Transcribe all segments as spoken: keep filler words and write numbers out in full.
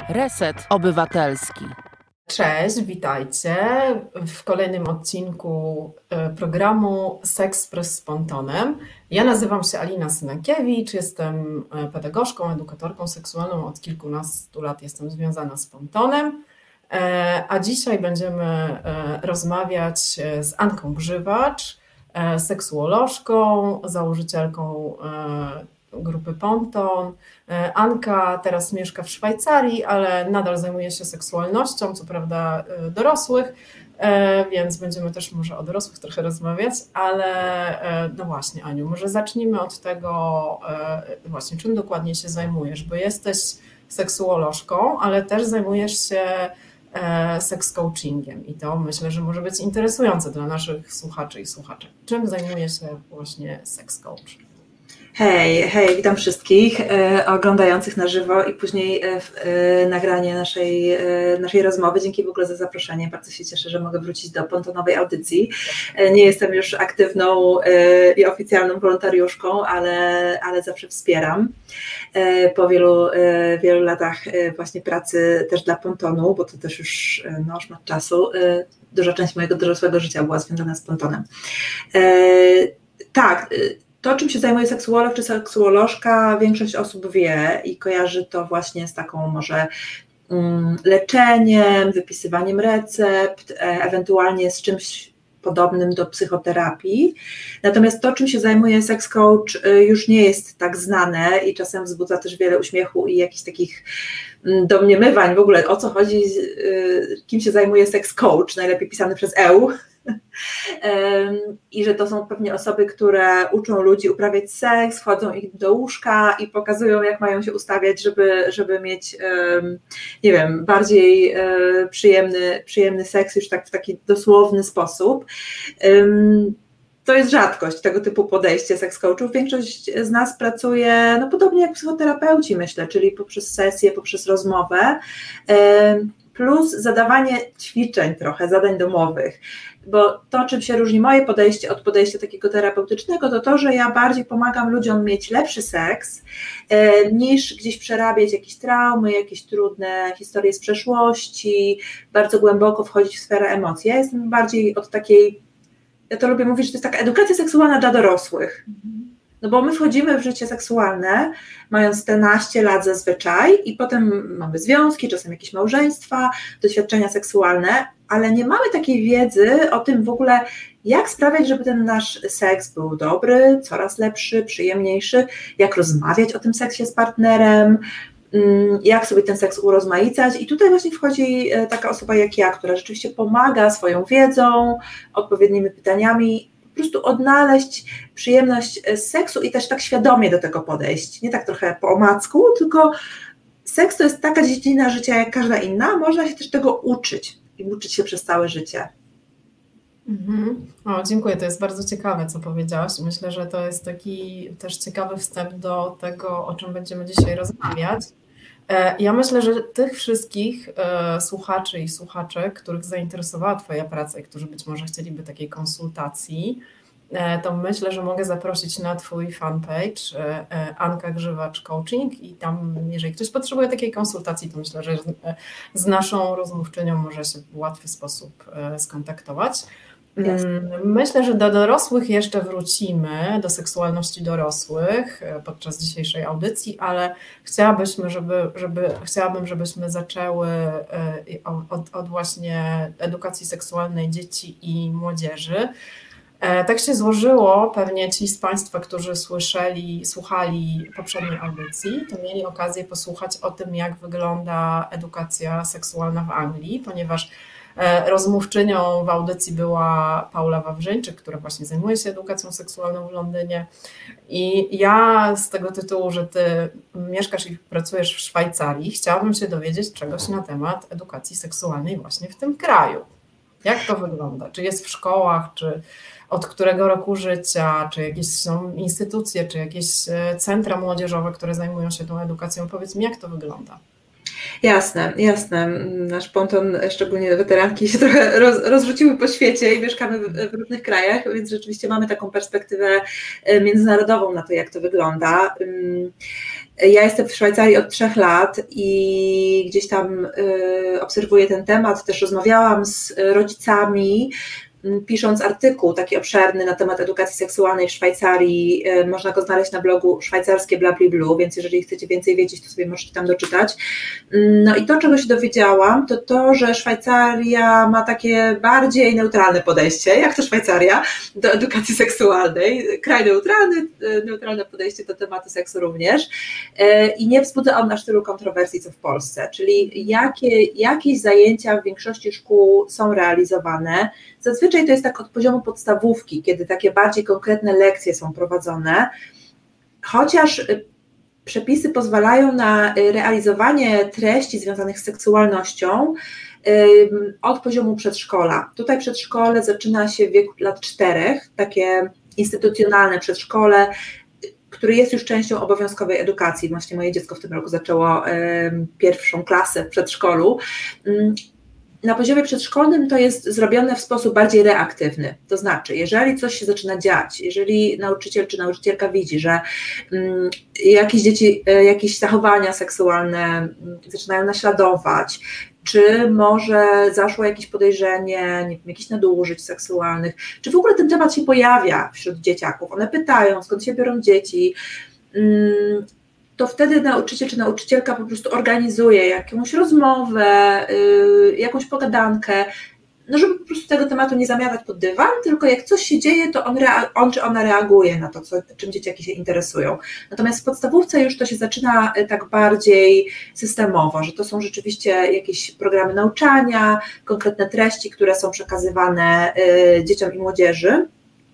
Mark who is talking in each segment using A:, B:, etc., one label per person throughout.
A: Reset Obywatelski.
B: Cześć, witajcie w kolejnym odcinku programu Seks z Pontonem. Ja nazywam się Alina Synakiewicz, jestem pedagogzką, edukatorką seksualną, od kilkunastu lat jestem związana z Pontonem, a dzisiaj będziemy rozmawiać z Anką Grzywacz, seksuolożką, założycielką grupy Ponton. Anka teraz mieszka w Szwajcarii, ale nadal zajmuje się seksualnością, co prawda dorosłych, więc będziemy też może o dorosłych trochę rozmawiać, ale no właśnie, Aniu, może zacznijmy od tego właśnie, czym dokładnie się zajmujesz, bo jesteś seksuolożką, ale też zajmujesz się seks coachingiem i to myślę, że może być interesujące dla naszych słuchaczy i słuchaczek. Czym zajmuje się właśnie seks coach?
C: Hej, hej, witam wszystkich e, oglądających na żywo i później e, e, nagranie naszej, e, naszej rozmowy. Dzięki w ogóle za zaproszenie. Bardzo się cieszę, że mogę wrócić do pontonowej audycji. E, nie jestem już aktywną e, i oficjalną wolontariuszką, ale, ale zawsze wspieram. E, po wielu, e, wielu latach e, właśnie pracy też dla Pontonu, bo to też już e, no, szmat czasu, e, duża część mojego dorosłego życia była związana z Pontonem. E, tak, e, To, czym się zajmuje seksuolog czy seksuolożka, większość osób wie i kojarzy to właśnie z taką może um, leczeniem, wypisywaniem recept, e, ewentualnie z czymś podobnym do psychoterapii. Natomiast to, czym się zajmuje sex coach, y, już nie jest tak znane i czasem wzbudza też wiele uśmiechu i jakichś takich mm, domniemywań w ogóle, o co chodzi, y, kim się zajmuje sex coach, najlepiej pisany przez eł. I że to są pewnie osoby, które uczą ludzi uprawiać seks, wchodzą ich do łóżka i pokazują, jak mają się ustawiać, żeby, żeby mieć, nie wiem, bardziej przyjemny, przyjemny seks już tak w taki dosłowny sposób. To jest rzadkość, tego typu podejście seks coachów. Większość z nas pracuje no, podobnie jak psychoterapeuci, myślę, czyli poprzez sesję, poprzez rozmowę, plus zadawanie ćwiczeń trochę, zadań domowych. Bo to, czym się różni moje podejście od podejścia takiego terapeutycznego, to to, że ja bardziej pomagam ludziom mieć lepszy seks, e, niż gdzieś przerabiać jakieś traumy, jakieś trudne historie z przeszłości, bardzo głęboko wchodzić w sferę emocji. Ja jestem bardziej od takiej, ja to lubię mówić, że to jest taka edukacja seksualna dla dorosłych. No bo my wchodzimy w życie seksualne, mając te naście lat zazwyczaj i potem mamy związki, czasem jakieś małżeństwa, doświadczenia seksualne, ale nie mamy takiej wiedzy o tym w ogóle, jak sprawiać, żeby ten nasz seks był dobry, coraz lepszy, przyjemniejszy, jak rozmawiać o tym seksie z partnerem, jak sobie ten seks urozmaicać. I tutaj właśnie wchodzi taka osoba jak ja, która rzeczywiście pomaga swoją wiedzą, odpowiednimi pytaniami, po prostu odnaleźć przyjemność z seksu i też tak świadomie do tego podejść. Nie tak trochę po omacku, tylko seks to jest taka dziedzina życia jak każda inna, można się też tego uczyć i uczyć się przez całe życie.
B: Mhm. O, dziękuję, to jest bardzo ciekawe, co powiedziałaś. Myślę, że to jest taki też ciekawy wstęp do tego, o czym będziemy dzisiaj rozmawiać. Ja myślę, że tych wszystkich słuchaczy i słuchaczek, których zainteresowała Twoja praca i którzy być może chcieliby takiej konsultacji, to myślę, że mogę zaprosić na Twój fanpage Anka Grzywacz Coaching i tam, jeżeli ktoś potrzebuje takiej konsultacji, to myślę, że z naszą rozmówczynią może się w łatwy sposób skontaktować. Jasne. Myślę, że do dorosłych jeszcze wrócimy, do seksualności dorosłych podczas dzisiejszej audycji, ale chciałabyśmy, żeby, żeby, chciałabym, żebyśmy zaczęły od, od właśnie edukacji seksualnej dzieci i młodzieży. Tak się złożyło, pewnie ci z Państwa, którzy słyszeli, słuchali poprzedniej audycji, to mieli okazję posłuchać o tym, jak wygląda edukacja seksualna w Anglii, ponieważ rozmówczynią w audycji była Paula Wawrzyńczyk, która właśnie zajmuje się edukacją seksualną w Londynie. I ja z tego tytułu, że Ty mieszkasz i pracujesz w Szwajcarii, chciałabym się dowiedzieć czegoś na temat edukacji seksualnej właśnie w tym kraju. Jak to wygląda? Czy jest w szkołach, czy od którego roku życia, czy jakieś są instytucje, czy jakieś centra młodzieżowe, które zajmują się tą edukacją? Powiedz mi, jak to wygląda?
C: Jasne, jasne. Nasz ponton, szczególnie weteranki, się trochę roz, rozrzuciły po świecie i mieszkamy w, w różnych krajach, więc rzeczywiście mamy taką perspektywę międzynarodową na to, jak to wygląda. Ja jestem w Szwajcarii od trzech lat i gdzieś tam y, obserwuję ten temat, też rozmawiałam z rodzicami, pisząc artykuł taki obszerny na temat edukacji seksualnej w Szwajcarii. Można go znaleźć na blogu szwajcarskie BlaBlaBlu, więc jeżeli chcecie więcej wiedzieć, to sobie możecie tam doczytać. No i to, czego się dowiedziałam, to to, że Szwajcaria ma takie bardziej neutralne podejście, jak to Szwajcaria, do edukacji seksualnej. Kraj neutralny, neutralne podejście do tematu seksu również i nie wzbudza on aż tylu kontrowersji, co w Polsce, czyli jakie, jakieś zajęcia w większości szkół są realizowane. Zazwyczaj to jest tak od poziomu podstawówki, kiedy takie bardziej konkretne lekcje są prowadzone, chociaż przepisy pozwalają na realizowanie treści związanych z seksualnością od poziomu przedszkola. Tutaj przedszkole zaczyna się w wieku lat czterech, takie instytucjonalne przedszkole, który jest już częścią obowiązkowej edukacji. Właśnie moje dziecko w tym roku zaczęło pierwszą klasę w przedszkolu. Na poziomie przedszkolnym to jest zrobione w sposób bardziej reaktywny, to znaczy, jeżeli coś się zaczyna dziać, jeżeli nauczyciel czy nauczycielka widzi, że um, jakieś dzieci, jakieś zachowania seksualne zaczynają naśladować, czy może zaszło jakieś podejrzenie, nie wiem, jakichś nadużyć seksualnych, czy w ogóle ten temat się pojawia wśród dzieciaków, one pytają, skąd się biorą dzieci, um, to wtedy nauczyciel czy nauczycielka po prostu organizuje jakąś rozmowę, yy, jakąś pogadankę, no żeby po prostu tego tematu nie zamiatać pod dywan, tylko jak coś się dzieje, to on, rea- on czy ona reaguje na to, co, czym dzieciaki się interesują. Natomiast w podstawówce już to się zaczyna tak bardziej systemowo, że to są rzeczywiście jakieś programy nauczania, konkretne treści, które są przekazywane yy, dzieciom i młodzieży.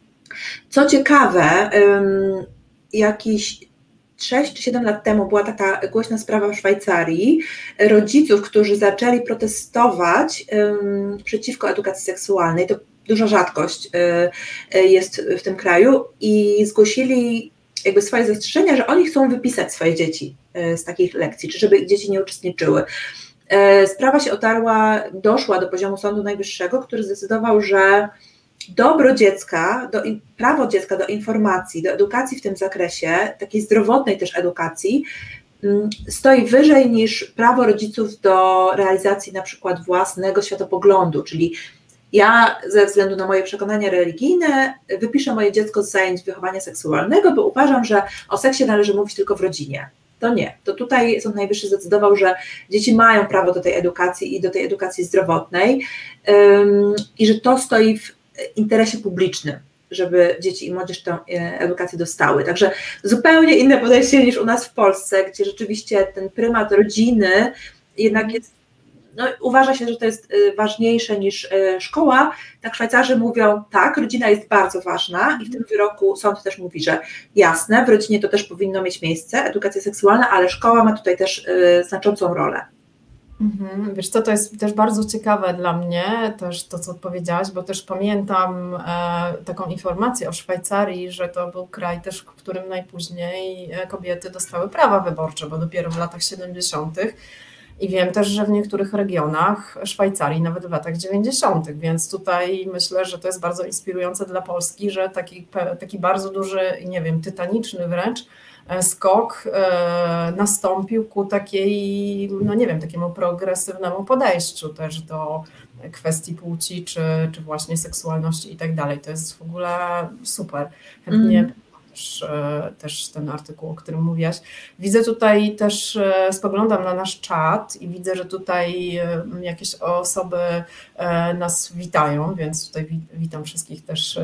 C: Co ciekawe, yy, jakiś sześć czy siedem lat temu była taka głośna sprawa w Szwajcarii rodziców, którzy zaczęli protestować um, przeciwko edukacji seksualnej. To duża rzadkość y, jest w tym kraju i zgłosili jakby swoje zastrzeżenia, że oni chcą wypisać swoje dzieci y, z takich lekcji, czy żeby ich dzieci nie uczestniczyły. Y, sprawa się otarła, doszła do poziomu Sądu Najwyższego, który zdecydował, że dobro dziecka, do, prawo dziecka do informacji, do edukacji w tym zakresie, takiej zdrowotnej też edukacji, stoi wyżej niż prawo rodziców do realizacji na przykład własnego światopoglądu, czyli ja ze względu na moje przekonania religijne wypiszę moje dziecko z zajęć wychowania seksualnego, bo uważam, że o seksie należy mówić tylko w rodzinie. To nie, to tutaj Sąd Najwyższy zdecydował, że dzieci mają prawo do tej edukacji i do tej edukacji zdrowotnej um, i że to stoi w interesie publicznym, żeby dzieci i młodzież tę edukację dostały. Także zupełnie inne podejście niż u nas w Polsce, gdzie rzeczywiście ten prymat rodziny jednak jest, no, uważa się, że to jest ważniejsze niż szkoła. Tak Szwajcarzy mówią, tak, rodzina jest bardzo ważna i w tym wyroku sąd też mówi, że jasne, w rodzinie to też powinno mieć miejsce, edukacja seksualna, ale szkoła ma tutaj też znaczącą rolę.
B: Mhm. Wiesz co, to jest też bardzo ciekawe dla mnie, też to, co odpowiedziałaś, bo też pamiętam e, taką informację o Szwajcarii, że to był kraj też, w którym najpóźniej kobiety dostały prawa wyborcze, bo dopiero w latach siedemdziesiątych. I wiem też, że w niektórych regionach Szwajcarii nawet w latach dziewięćdziesiątych, więc tutaj myślę, że to jest bardzo inspirujące dla Polski, że taki, taki bardzo duży, nie wiem, tytaniczny wręcz skok nastąpił ku takiej, no nie wiem, takiemu progresywnemu podejściu też do kwestii płci, czy, czy właśnie seksualności i tak dalej. To jest w ogóle super. Chętnie mm. też, też ten artykuł, o którym mówiłaś. Widzę tutaj też, spoglądam na nasz czat i widzę, że tutaj jakieś osoby nas witają, więc tutaj witam wszystkich też,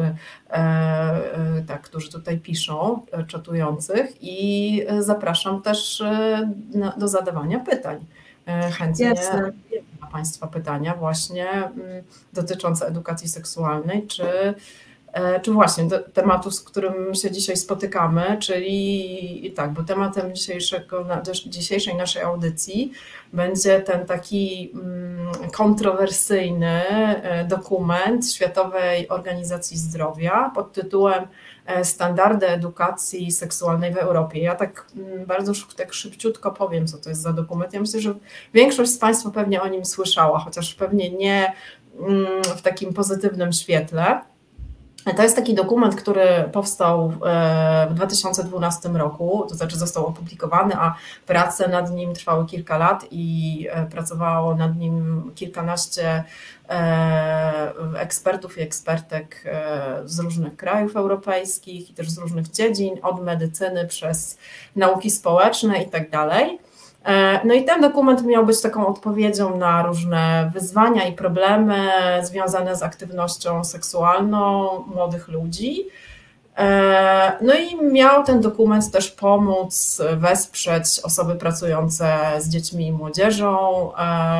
B: tak, którzy tutaj piszą, czatujących i zapraszam też do zadawania pytań. Chętnie
C: Jasne.
B: na Państwa pytania właśnie dotyczące edukacji seksualnej, czy Czy właśnie do tematu, z którym się dzisiaj spotykamy, czyli tak, bo tematem dzisiejszego, dzisiejszej naszej audycji będzie ten taki kontrowersyjny dokument Światowej Organizacji Zdrowia pod tytułem Standardy edukacji seksualnej w Europie. Ja tak bardzo tak szybciutko powiem, co to jest za dokument. Ja myślę, że większość z Państwa pewnie o nim słyszała, chociaż pewnie nie w takim pozytywnym świetle. To jest taki dokument, który powstał w dwa tysiące dwunastym roku, to znaczy został opublikowany, a prace nad nim trwały kilka lat i pracowało nad nim kilkanaście ekspertów i ekspertek z różnych krajów europejskich i też z różnych dziedzin, od medycyny przez nauki społeczne i tak dalej. No i ten dokument miał być taką odpowiedzią na różne wyzwania i problemy związane z aktywnością seksualną młodych ludzi. No i miał ten dokument też pomóc wesprzeć osoby pracujące z dziećmi i młodzieżą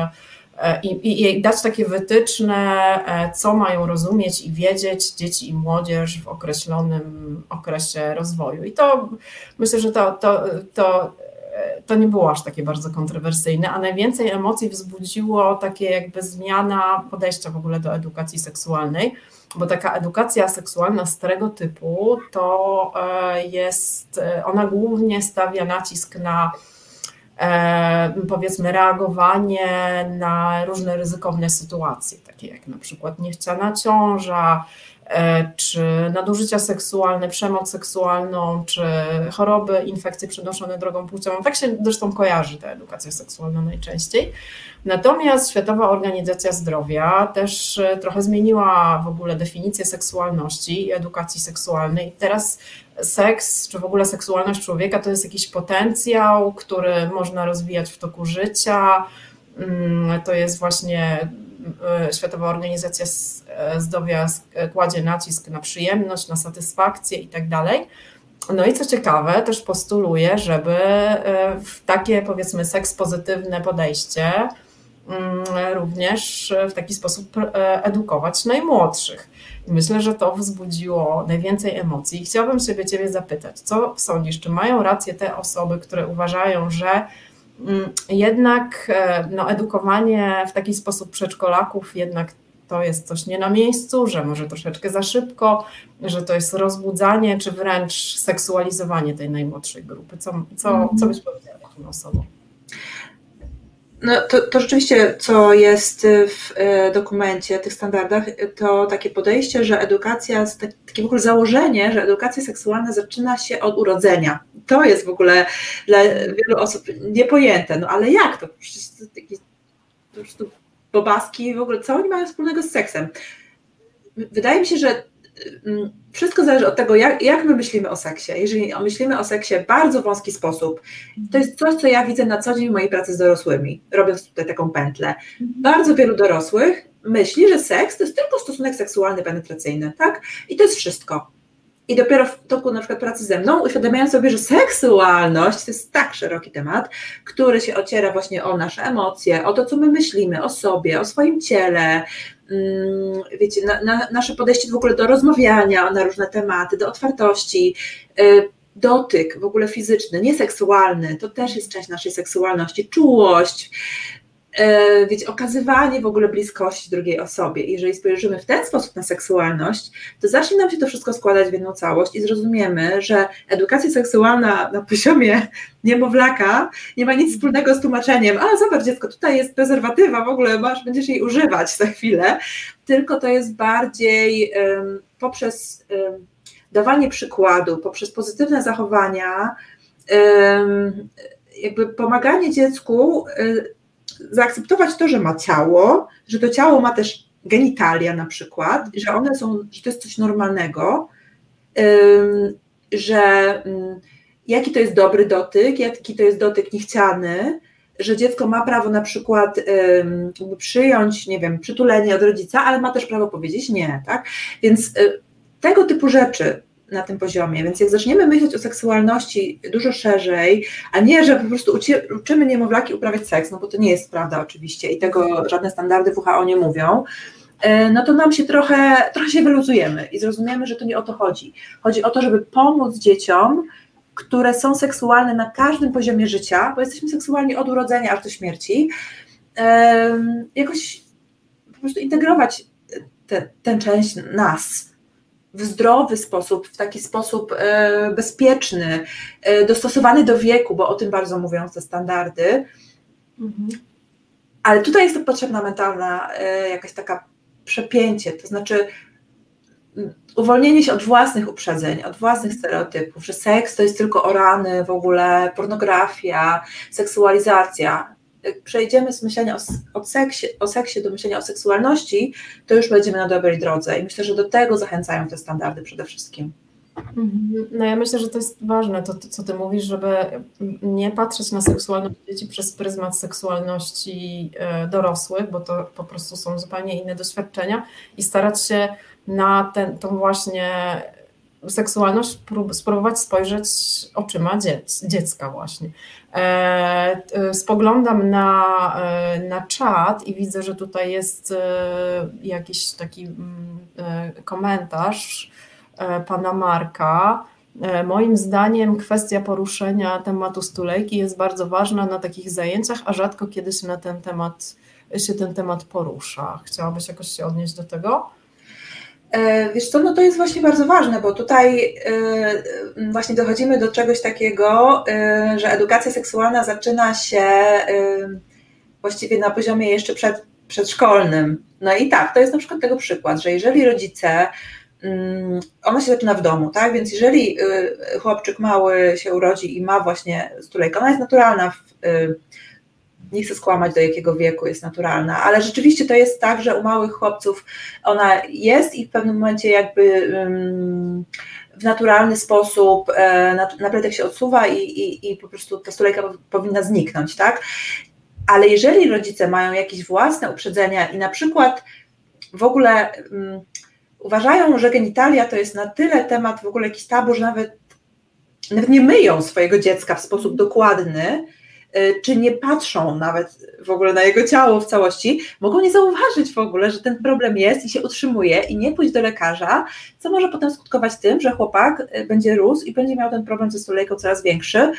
B: i, i dać takie wytyczne, co mają rozumieć i wiedzieć dzieci i młodzież w określonym okresie rozwoju. I to myślę, że to, to, to To nie było aż takie bardzo kontrowersyjne, a najwięcej emocji wzbudziło takie jakby zmiana podejścia w ogóle do edukacji seksualnej, bo taka edukacja seksualna starego typu to jest, ona głównie stawia nacisk na powiedzmy reagowanie na różne ryzykowne sytuacje, takie jak na przykład niechciana ciąża, czy nadużycia seksualne, przemoc seksualną, czy choroby, infekcje przenoszone drogą płciową. Tak się zresztą kojarzy ta edukacja seksualna najczęściej. Natomiast Światowa Organizacja Zdrowia też trochę zmieniła w ogóle definicję seksualności i edukacji seksualnej. Teraz seks, czy w ogóle seksualność człowieka to jest jakiś potencjał, który można rozwijać w toku życia. To jest właśnie Światowa Organizacja Zdrowia kładzie nacisk na przyjemność, na satysfakcję i tak dalej. No i co ciekawe, też postuluje, żeby w takie powiedzmy seks pozytywne podejście również w taki sposób edukować najmłodszych. Myślę, że to wzbudziło najwięcej emocji. Chciałabym się Ciebie zapytać, co sądzisz, czy mają rację te osoby, które uważają, że jednak no, edukowanie w taki sposób przedszkolaków jednak to jest coś nie na miejscu, że może troszeczkę za szybko, że to jest rozbudzanie, czy wręcz seksualizowanie tej najmłodszej grupy. Co, co, co byś powiedziała takim osobom?
C: No to, to rzeczywiście, co jest w dokumencie, tych standardach, to takie podejście, że edukacja, takie w ogóle założenie, że edukacja seksualna zaczyna się od urodzenia. To jest w ogóle dla wielu osób niepojęte. No ale jak to? Przecież to takie po prostu bobaski, w ogóle co oni mają wspólnego z seksem? Wydaje mi się, że wszystko zależy od tego, jak, jak my myślimy o seksie. Jeżeli myślimy o seksie w bardzo wąski sposób, to jest coś, co ja widzę na co dzień w mojej pracy z dorosłymi, robiąc tutaj taką pętlę. Bardzo wielu dorosłych myśli, że seks to jest tylko stosunek seksualny, penetracyjny, tak? I to jest wszystko. I dopiero w toku na przykład pracy ze mną uświadamiają sobie, że seksualność to jest tak szeroki temat, który się ociera właśnie o nasze emocje, o to, co my myślimy o sobie, o swoim ciele, wiecie, na, na, nasze podejście w ogóle do rozmawiania na różne tematy, do otwartości, dotyk w ogóle fizyczny, nieseksualny, to też jest część naszej seksualności, czułość, wiecie, okazywanie w ogóle bliskości drugiej osobie. I jeżeli spojrzymy w ten sposób na seksualność, to zacznie nam się to wszystko składać w jedną całość i zrozumiemy, że edukacja seksualna na poziomie niemowlaka nie ma nic wspólnego z tłumaczeniem, a zobacz dziecko, tutaj jest prezerwatywa, w ogóle masz, będziesz jej używać za chwilę, tylko to jest bardziej um, poprzez um, dawanie przykładu, poprzez pozytywne zachowania, um, jakby pomaganie dziecku um, zaakceptować to, że ma ciało, że to ciało ma też genitalia na przykład, że one są, że to jest coś normalnego, że jaki to jest dobry dotyk, jaki to jest dotyk niechciany, że dziecko ma prawo na przykład przyjąć, nie wiem, przytulenie od rodzica, ale ma też prawo powiedzieć nie, tak? Więc tego typu rzeczy na tym poziomie, więc jak zaczniemy myśleć o seksualności dużo szerzej, a nie, że po prostu uczy, uczymy niemowlaki uprawiać seks, no bo to nie jest prawda oczywiście i tego żadne standardy W H O nie mówią, no to nam się trochę, trochę się wyluzujemy i zrozumiemy, że to nie o to chodzi. Chodzi o to, żeby pomóc dzieciom, które są seksualne na każdym poziomie życia, bo jesteśmy seksualni od urodzenia aż do śmierci, jakoś po prostu integrować tę część nas w zdrowy sposób, w taki sposób e, bezpieczny, e, dostosowany do wieku, bo o tym bardzo mówią te standardy. Mhm. Ale tutaj jest to potrzebna mentalna e, jakaś taka przepięcie, to znaczy uwolnienie się od własnych uprzedzeń, od własnych stereotypów, że seks to jest tylko o rany, w ogóle pornografia, seksualizacja. Jak przejdziemy z myślenia o, o, seksie, o seksie do myślenia o seksualności, to już będziemy na dobrej drodze i myślę, że do tego zachęcają te standardy przede wszystkim.
B: No ja myślę, że to jest ważne, to, to co ty mówisz, żeby nie patrzeć na seksualność dzieci przez pryzmat seksualności dorosłych, bo to po prostu są zupełnie inne doświadczenia i starać się na ten, tą właśnie seksualność prób, spróbować spojrzeć oczyma dziec, dziecka właśnie. E, spoglądam na, na czat i widzę, że tutaj jest jakiś taki komentarz pana Marka. Moim zdaniem kwestia poruszenia tematu stulejki jest bardzo ważna na takich zajęciach, a rzadko kiedy się na ten temat, się ten temat porusza. Chciałabyś jakoś się odnieść do tego?
C: Wiesz co, no to jest właśnie bardzo ważne, bo tutaj właśnie dochodzimy do czegoś takiego, że edukacja seksualna zaczyna się właściwie na poziomie jeszcze przed, przedszkolnym. No i tak, to jest na przykład tego przykład, że jeżeli rodzice, ona się zaczyna w domu, tak, więc jeżeli chłopczyk mały się urodzi i ma właśnie stulejkę, ona jest naturalna, w, nie chcę skłamać do jakiego wieku jest naturalna, ale rzeczywiście to jest tak, że u małych chłopców ona jest i w pewnym momencie jakby w naturalny sposób napletek się odsuwa i, i, i po prostu ta stulejka powinna zniknąć, tak, ale jeżeli rodzice mają jakieś własne uprzedzenia i na przykład w ogóle uważają, że genitalia to jest na tyle temat w ogóle jakiś tabu, że nawet, nawet nie myją swojego dziecka w sposób dokładny, czy nie patrzą nawet w ogóle na jego ciało w całości, mogą nie zauważyć w ogóle, że ten problem jest i się utrzymuje i nie pójść do lekarza, co może potem skutkować tym, że chłopak będzie rósł i będzie miał ten problem ze stulejką coraz większy.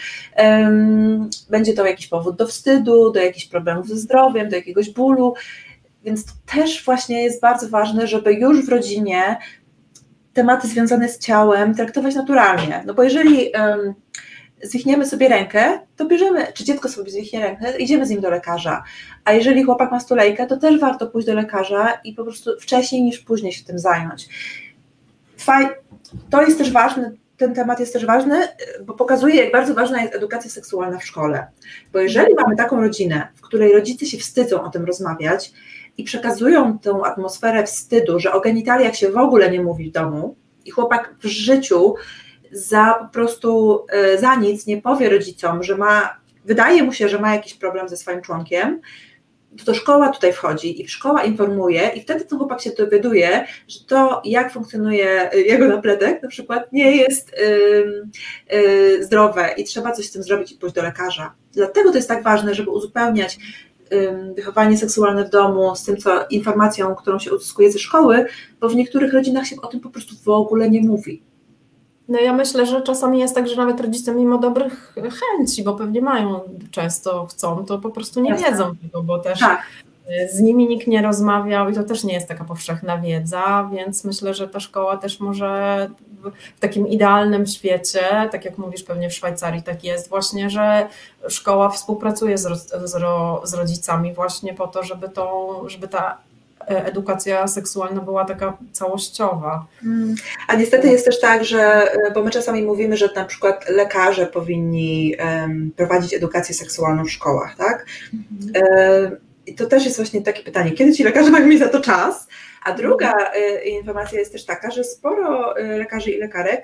C: Będzie to jakiś powód do wstydu, do jakichś problemów ze zdrowiem, do jakiegoś bólu. Więc to też właśnie jest bardzo ważne, żeby już w rodzinie tematy związane z ciałem traktować naturalnie. No bo jeżeli um, zwichniemy sobie rękę, to bierzemy, czy dziecko sobie zwichnie rękę, idziemy z nim do lekarza. A jeżeli chłopak ma stulejkę, to też warto pójść do lekarza i po prostu wcześniej niż później się tym zająć. Faj, to jest też ważne, ten temat jest też ważny, bo pokazuje, jak bardzo ważna jest edukacja seksualna w szkole. Bo jeżeli mamy taką rodzinę, w której rodzice się wstydzą o tym rozmawiać, i przekazują tę atmosferę wstydu, że o genitaliach się w ogóle nie mówi w domu i chłopak w życiu za po prostu za nic nie powie rodzicom, że ma, wydaje mu się, że ma jakiś problem ze swoim członkiem, to, to szkoła tutaj wchodzi i szkoła informuje i wtedy ten chłopak się dowiaduje, że to, jak funkcjonuje jego napletek na przykład, nie jest yy, yy, zdrowe i trzeba coś z tym zrobić i pójść do lekarza. Dlatego to jest tak ważne, żeby uzupełniać wychowanie seksualne w domu z tym, co informacją, którą się uzyskuje ze szkoły, bo w niektórych rodzinach się o tym po prostu w ogóle nie mówi.
B: No ja myślę, że czasami jest tak, że nawet rodzice mimo dobrych chęci, bo pewnie mają, często chcą, to po prostu nie
C: Jasne.
B: wiedzą tego, bo też
C: tak.
B: z nimi nikt nie rozmawiał i to też nie jest taka powszechna wiedza, więc myślę, że ta szkoła też może w takim idealnym świecie, tak jak mówisz, pewnie w Szwajcarii tak jest właśnie, że szkoła współpracuje z, z, z rodzicami właśnie po to, żeby, tą, żeby ta edukacja seksualna była taka całościowa.
C: A niestety jest też tak, że, bo my czasami mówimy, że na przykład lekarze powinni um, prowadzić edukację seksualną w szkołach, tak? Mhm. Um, I to też jest właśnie takie pytanie, kiedy ci lekarze mają mieć za to czas? A druga y, informacja jest też taka, że sporo y, lekarzy i lekarek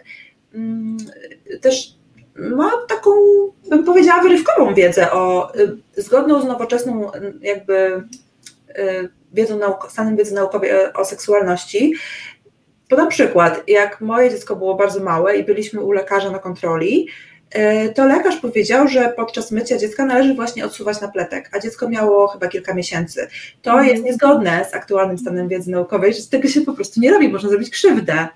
C: y, też ma taką, bym powiedziała, wyrywkową wiedzę o, y, zgodną z nowoczesną jakby y, wiedzą nauk- stanem wiedzy naukowej o, o seksualności. Bo na przykład, jak moje dziecko było bardzo małe i byliśmy u lekarza na kontroli, to lekarz powiedział, że podczas mycia dziecka należy właśnie odsuwać napletek, a dziecko miało chyba kilka miesięcy. To mm. jest niezgodne z aktualnym stanem wiedzy naukowej, że tego się po prostu nie robi, można zrobić krzywdę. Mm.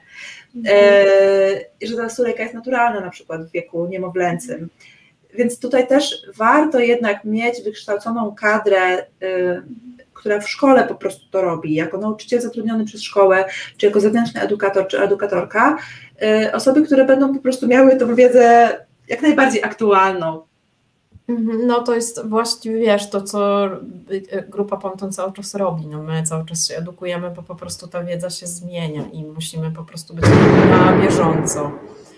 C: E, że ta stulejka jest naturalna na przykład w wieku niemowlęcym. Więc tutaj też warto jednak mieć wykształconą kadrę, y, która w szkole po prostu to robi, jako nauczyciel zatrudniony przez szkołę, czy jako zewnętrzny edukator, czy edukatorka, y, osoby, które będą po prostu miały tą wiedzę jak najbardziej aktualną.
B: No to jest właściwie, wiesz, to co Grupa Ponton cały czas robi, no my cały czas się edukujemy, bo po prostu ta wiedza się zmienia i musimy po prostu być na bieżąco.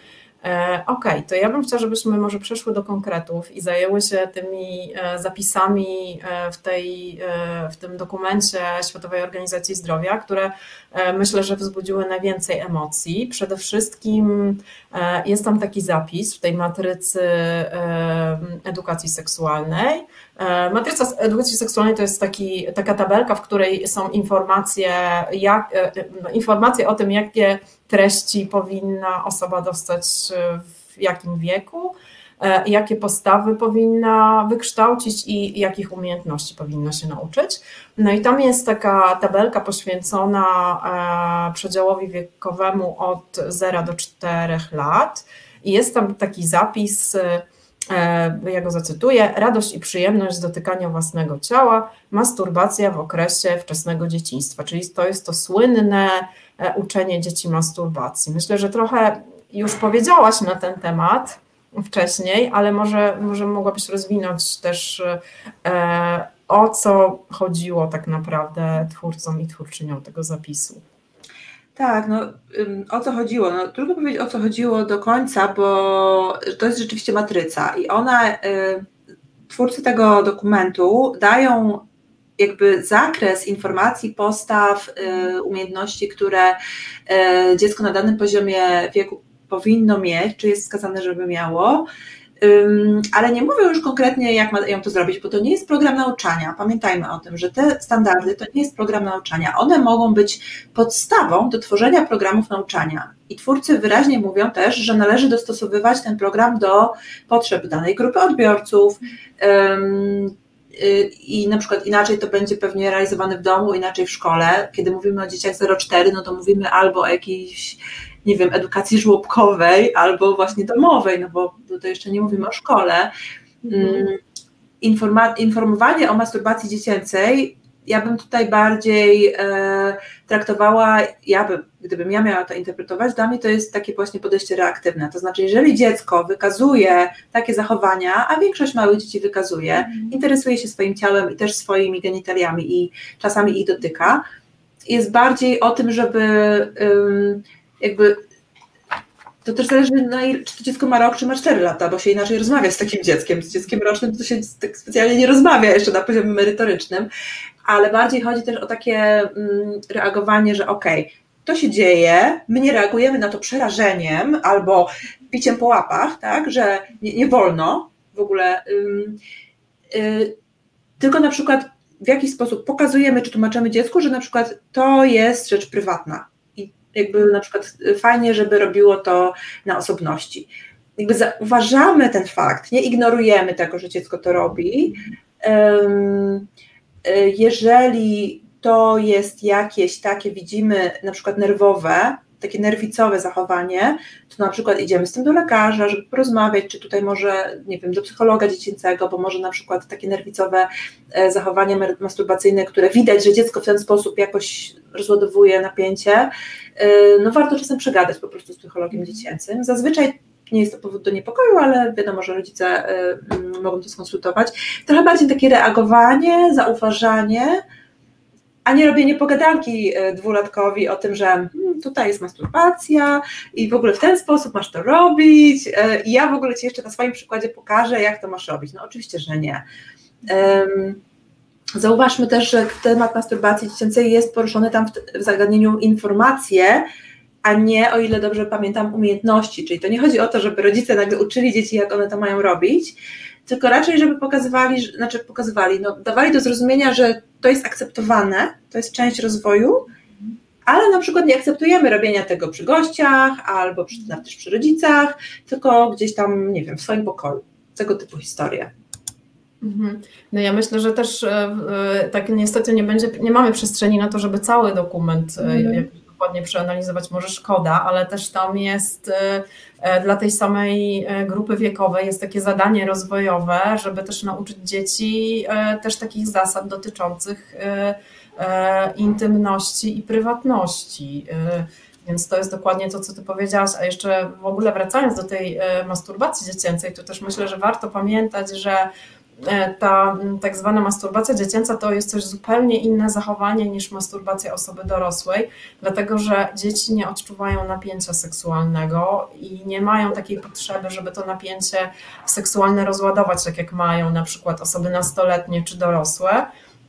B: Okej, okay, to ja bym chciała, żebyśmy może przeszły do konkretów i zajęły się tymi zapisami w, tej, w tym dokumencie Światowej Organizacji Zdrowia, które myślę, że wzbudziły najwięcej emocji. Przede wszystkim jest tam taki zapis w tej matrycy edukacji seksualnej. Matryca edukacji seksualnej to jest taki, taka tabelka, w której są informacje, jak, informacje o tym, jakie treści powinna osoba dostać w jakim wieku, jakie postawy powinna wykształcić i jakich umiejętności powinna się nauczyć. No i tam jest taka tabelka poświęcona przedziałowi wiekowemu od zera do czterech lat i jest tam taki zapis, ja go zacytuję: radość i przyjemność z dotykania własnego ciała, masturbacja w okresie wczesnego dzieciństwa, czyli to jest to słynne uczenie dzieci masturbacji. Myślę, że trochę już powiedziałaś na ten temat wcześniej, ale może, może mogłabyś rozwinąć też, e, o co chodziło tak naprawdę twórcom i twórczyniom tego zapisu.
C: Tak, no o co chodziło? No, trudno powiedzieć, o co chodziło do końca, bo to jest rzeczywiście matryca i ona, y, twórcy tego dokumentu dają jakby zakres informacji, postaw, y, umiejętności, które y, dziecko na danym poziomie wieku powinno mieć, czy jest wskazane, żeby miało, um, ale nie mówię już konkretnie, jak mają to zrobić, bo to nie jest program nauczania. Pamiętajmy o tym, że te standardy to nie jest program nauczania. One mogą być podstawą do tworzenia programów nauczania. I twórcy wyraźnie mówią też, że należy dostosowywać ten program do potrzeb danej grupy odbiorców, um, i na przykład inaczej to będzie pewnie realizowane w domu, inaczej w szkole. Kiedy mówimy o dzieciach zero cztery, no to mówimy albo o jakiejś, nie wiem, edukacji żłobkowej, albo właśnie domowej, no bo tutaj jeszcze nie mówimy o szkole. Informa- informowanie o masturbacji dziecięcej, ja bym tutaj bardziej e, traktowała, ja bym, gdybym ja miała to interpretować, dla mnie to jest takie właśnie podejście reaktywne, to znaczy jeżeli dziecko wykazuje takie zachowania, a większość małych dzieci wykazuje, mm. interesuje się swoim ciałem i też swoimi genitaliami i czasami ich dotyka, jest bardziej o tym, żeby um, jakby, to też zależy, czy to dziecko ma rok, czy ma cztery lata, bo się inaczej rozmawia z takim dzieckiem. Z dzieckiem rocznym to się tak specjalnie nie rozmawia jeszcze na poziomie merytorycznym, ale bardziej chodzi też o takie mm, reagowanie, że okej, okay, to się dzieje, my nie reagujemy na to przerażeniem albo biciem po łapach, tak, że nie, nie wolno w ogóle, ym, yy, tylko na przykład w jakiś sposób pokazujemy, czy tłumaczymy dziecku, że na przykład to jest rzecz prywatna. Jakby na przykład fajnie, żeby robiło to na osobności. Jakby zauważamy ten fakt, nie ignorujemy tego, że dziecko to robi. Jeżeli to jest jakieś takie, widzimy na przykład nerwowe, takie nerwicowe zachowanie, to na przykład idziemy z tym do lekarza, żeby porozmawiać, czy tutaj może, nie wiem, do psychologa dziecięcego, bo może na przykład takie nerwicowe zachowanie masturbacyjne, które widać, że dziecko w ten sposób jakoś rozładowuje napięcie, no warto czasem przegadać po prostu z psychologiem dziecięcym. Zazwyczaj nie jest to powód do niepokoju, ale wiadomo, że rodzice mogą to skonsultować. Trochę bardziej takie reagowanie, zauważanie, a nie robienie pogadanki dwulatkowi o tym, że hmm, tutaj jest masturbacja i w ogóle w ten sposób masz to robić i ja w ogóle Ci jeszcze na swoim przykładzie pokażę, jak to masz robić. No oczywiście, że nie. Um, Zauważmy też, że temat masturbacji dziecięcej jest poruszony tam w, w zagadnieniu informacje, a nie, o ile dobrze pamiętam, umiejętności. Czyli to nie chodzi o to, żeby rodzice nagle uczyli dzieci, jak one to mają robić, tylko raczej, żeby pokazywali, znaczy pokazywali, no, dawali do zrozumienia, że to jest akceptowane, to jest część rozwoju, ale na przykład nie akceptujemy robienia tego przy gościach albo przy, nawet też przy rodzicach, tylko gdzieś tam, nie wiem, w swoim pokoju. Tego typu historie.
B: No ja myślę, że też tak niestety nie będzie, nie mamy przestrzeni na to, żeby cały dokument mm. jakoś dokładnie przeanalizować, może szkoda, ale też tam jest dla tej samej grupy wiekowej jest takie zadanie rozwojowe, żeby też nauczyć dzieci też takich zasad dotyczących intymności i prywatności. Więc to jest dokładnie to, co ty powiedziałaś, a jeszcze w ogóle wracając do tej masturbacji dziecięcej, to też myślę, że warto pamiętać, że ta tak zwana masturbacja dziecięca to jest coś zupełnie inne zachowanie niż masturbacja osoby dorosłej, dlatego że dzieci nie odczuwają napięcia seksualnego i nie mają takiej potrzeby, żeby to napięcie seksualne rozładować, tak jak mają na przykład osoby nastoletnie czy dorosłe.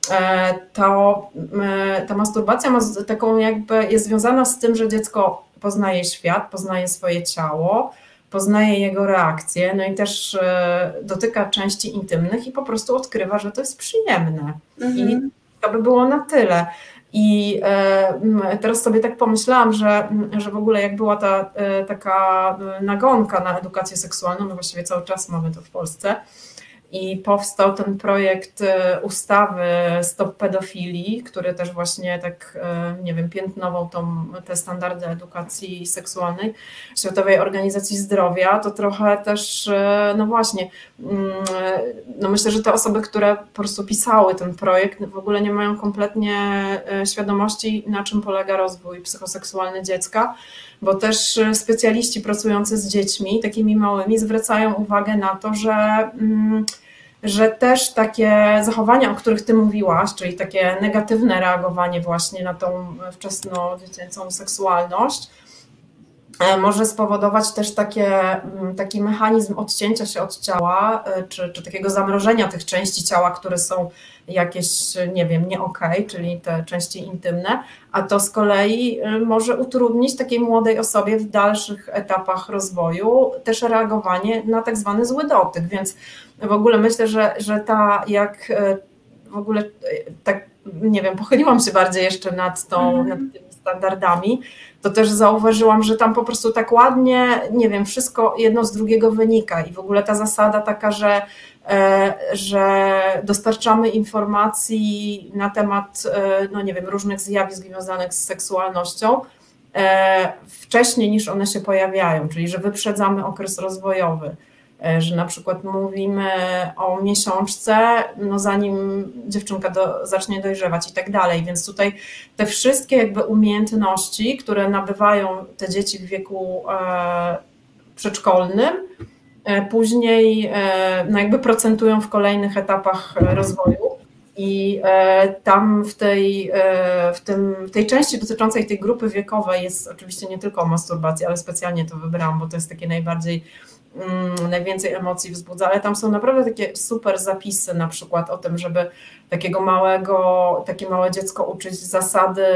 B: To ta masturbacja ma taką jakby jest związana z tym, że dziecko poznaje świat, poznaje swoje ciało, poznaje jego reakcje, no i też dotyka części intymnych i po prostu odkrywa, że to jest przyjemne. Mhm. I to by było na tyle. I teraz sobie tak pomyślałam, że, że w ogóle jak była ta taka nagonka na edukację seksualną, no właściwie cały czas mamy to w Polsce, i powstał ten projekt ustawy Stop Pedofilii, który też właśnie tak, nie wiem, piętnował tą, te standardy edukacji seksualnej Światowej Organizacji Zdrowia, to trochę też, no właśnie, no myślę, że te osoby, które po prostu pisały ten projekt, w ogóle nie mają kompletnie świadomości, na czym polega rozwój psychoseksualny dziecka, bo też specjaliści pracujący z dziećmi, takimi małymi, zwracają uwagę na to, że że też takie zachowania, o których ty mówiłaś, czyli takie negatywne reagowanie właśnie na tą wczesnodziecięcą seksualność, może spowodować też takie, taki mechanizm odcięcia się od ciała, czy, czy takiego zamrożenia tych części ciała, które są jakieś, nie wiem, nie okej, czyli te części intymne, a to z kolei może utrudnić takiej młodej osobie w dalszych etapach rozwoju też reagowanie na tak zwany zły dotyk, więc w ogóle myślę, że, że ta jak w ogóle tak, nie wiem, pochyliłam się bardziej jeszcze nad tą, mm. nad tymi standardami, to też zauważyłam, że tam po prostu tak ładnie, nie wiem, wszystko jedno z drugiego wynika i w ogóle ta zasada taka, że, że dostarczamy informacji na temat, no nie wiem, różnych zjawisk związanych z seksualnością wcześniej niż one się pojawiają, czyli że wyprzedzamy okres rozwojowy, że na przykład mówimy o miesiączce, no zanim dziewczynka do, zacznie dojrzewać i tak dalej, więc tutaj te wszystkie jakby umiejętności, które nabywają te dzieci w wieku e, przedszkolnym, e, później e, no jakby procentują w kolejnych etapach rozwoju i e, tam w tej, e, w, tym, w tej części dotyczącej tej grupy wiekowej jest oczywiście nie tylko o masturbacji, ale specjalnie to wybrałam, bo to jest takie najbardziej najwięcej emocji wzbudza, ale tam są naprawdę takie super zapisy, na przykład o tym, żeby takiego małego, takie małe dziecko uczyć zasady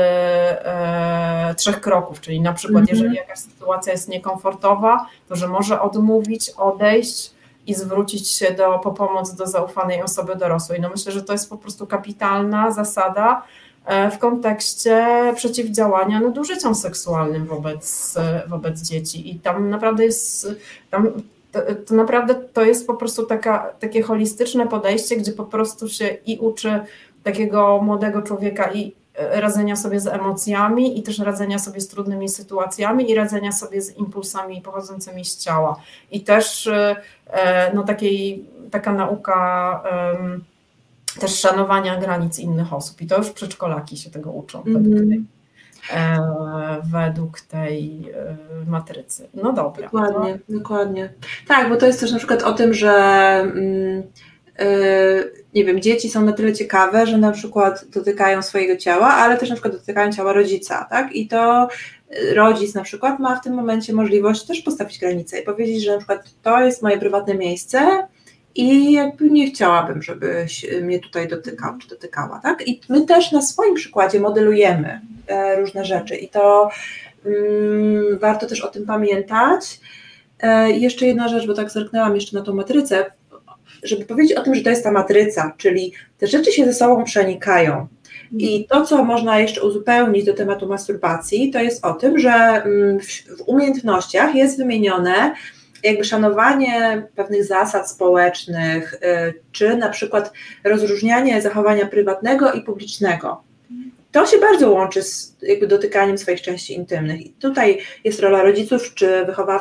B: e, trzech kroków, czyli na przykład mm-hmm. jeżeli jakaś sytuacja jest niekomfortowa, to że może odmówić, odejść i zwrócić się do, po pomoc do zaufanej osoby dorosłej. No myślę, że to jest po prostu kapitalna zasada w kontekście przeciwdziałania nadużyciom seksualnym wobec, wobec dzieci i tam naprawdę jest, tam to, to naprawdę to jest po prostu taka, takie holistyczne podejście, gdzie po prostu się i uczy takiego młodego człowieka i radzenia sobie z emocjami i też radzenia sobie z trudnymi sytuacjami i radzenia sobie z impulsami pochodzącymi z ciała i też no takiej, taka nauka um, też szanowania granic innych osób i to już przedszkolaki się tego uczą mm. według, tej, e, według tej e, matrycy. No dobra.
C: Dokładnie, to... dokładnie. Tak, bo to jest też na przykład o tym, że mm, y, nie wiem, dzieci są na tyle ciekawe, że na przykład dotykają swojego ciała, ale też na przykład dotykają ciała rodzica, tak? I to rodzic na przykład ma w tym momencie możliwość też postawić granicę i powiedzieć, że na przykład to jest moje prywatne miejsce, i jakby nie chciałabym, żebyś mnie tutaj dotykał czy dotykała, tak? I my też na swoim przykładzie modelujemy różne rzeczy i to um, warto też o tym pamiętać. E, jeszcze jedna rzecz, bo tak zerknęłam jeszcze na tą matrycę, żeby powiedzieć o tym, że to jest ta matryca, czyli te rzeczy się ze sobą przenikają. I to, co można jeszcze uzupełnić do tematu masturbacji, to jest o tym, że w, w umiejętnościach jest wymienione jakby szanowanie pewnych zasad społecznych, czy na przykład rozróżnianie zachowania prywatnego i publicznego. To się bardzo łączy z jakby dotykaniem swoich części intymnych. I tutaj jest rola rodziców czy wychowawców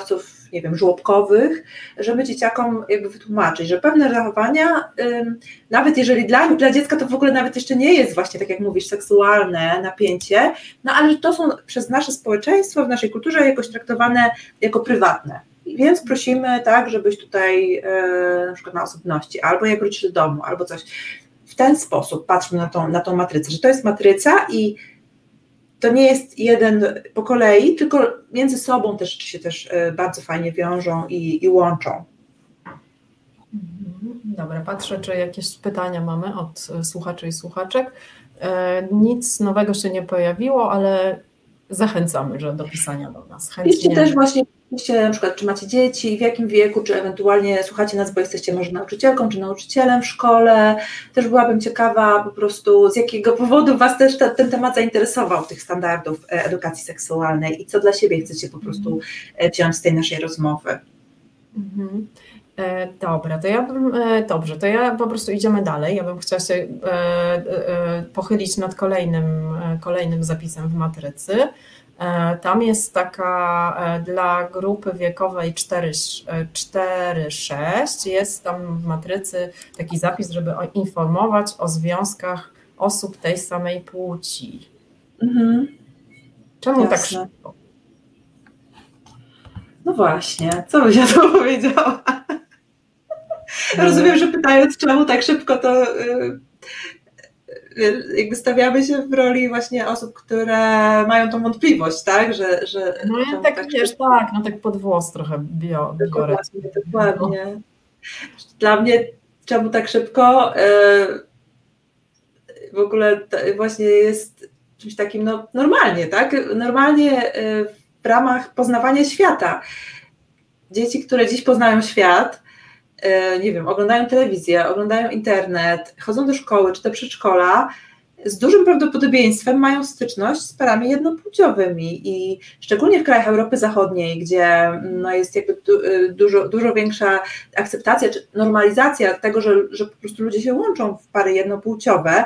C: nie wiem, żłobkowych, żeby dzieciakom jakby wytłumaczyć, że pewne zachowania, nawet jeżeli dla, dla dziecka to w ogóle nawet jeszcze nie jest właśnie, tak jak mówisz, seksualne napięcie, no ale to są przez nasze społeczeństwo, w naszej kulturze jakoś traktowane jako prywatne. Więc prosimy, tak, żebyś tutaj na przykład na osobności, albo jak wrócisz do domu, albo coś. W ten sposób patrzmy na tą, na tą matrycę, że to jest matryca i to nie jest jeden po kolei, tylko między sobą też się też bardzo fajnie wiążą i, i łączą.
B: Dobra, patrzę, czy jakieś pytania mamy od słuchaczy i słuchaczek. Nic nowego się nie pojawiło, ale zachęcamy, że do pisania do nas. Chętnie.
C: Piszcie też właśnie, piszcie na przykład, czy macie dzieci, w jakim wieku, czy ewentualnie słuchacie nas, bo jesteście może nauczycielką, czy nauczycielem w szkole. Też byłabym ciekawa po prostu, z jakiego powodu Was też ta, ten temat zainteresował, tych standardów edukacji seksualnej i co dla siebie chcecie po prostu wziąć z tej naszej rozmowy.
B: Mhm. Dobra, to ja bym, dobrze, to ja po prostu idziemy dalej. Ja bym chciała się pochylić nad kolejnym, kolejnym zapisem w matrycy. Tam jest taka dla grupy wiekowej cztery sześć, jest tam w matrycy taki zapis, żeby informować o związkach osób tej samej płci.
C: Mhm.
B: Czemu
C: Jasne.
B: tak szybko?
C: No właśnie, co byś na to powiedziała? Rozumiem, że pytając czemu tak szybko, to jakby stawiamy się w roli właśnie osób, które mają tą wątpliwość, tak? Że, że
B: no ja tak, tak wiesz, szybko... tak, no tak pod włos trochę bio, biorę.
C: Dokładnie, dokładnie. No. Dla mnie czemu tak szybko w ogóle właśnie jest czymś takim no, normalnie, tak? Normalnie w ramach poznawania świata. Dzieci, które dziś poznają świat, nie wiem, oglądają telewizję, oglądają internet, chodzą do szkoły czy do przedszkola, z dużym prawdopodobieństwem mają styczność z parami jednopłciowymi i szczególnie w krajach Europy Zachodniej, gdzie no jest jakby dużo, dużo większa akceptacja czy normalizacja tego, że, że po prostu ludzie się łączą w pary jednopłciowe,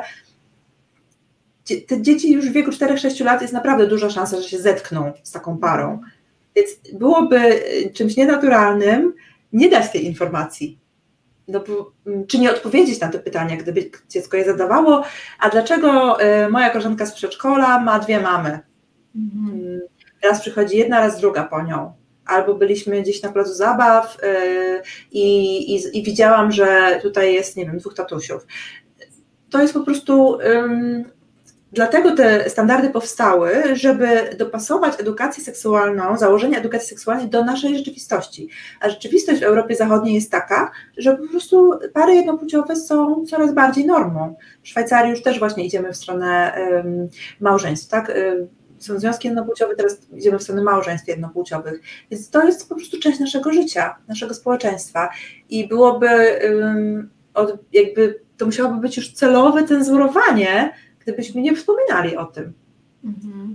C: te dzieci już w wieku czterech sześciu lat jest naprawdę duża szansa, że się zetkną z taką parą. Więc byłoby czymś nienaturalnym nie dać tej informacji, no, czy nie odpowiedzieć na te pytania, gdyby dziecko je zadawało, a dlaczego moja koleżanka z przedszkola ma dwie mamy? Mhm. Raz przychodzi jedna, raz druga po nią. Albo byliśmy gdzieś na placu zabaw yy, i, i, i widziałam, że tutaj jest, nie wiem, dwóch tatusiów. To jest po prostu... Yy, Dlatego te standardy powstały, żeby dopasować edukację seksualną, założenia edukacji seksualnej do naszej rzeczywistości. A rzeczywistość w Europie Zachodniej jest taka, że po prostu pary jednopłciowe są coraz bardziej normą. W Szwajcarii już też właśnie idziemy w stronę um, małżeństw, tak? Są związki jednopłciowe, teraz idziemy w stronę małżeństw jednopłciowych. Więc to jest po prostu część naszego życia, naszego społeczeństwa. I byłoby um, od, jakby, to musiałoby być już celowe cenzurowanie, gdybyśmy nie wspominali o tym.
B: Mhm.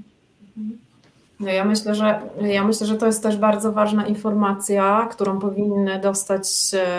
B: No ja myślę, że ja myślę, że to jest też bardzo ważna informacja, którą powinny dostać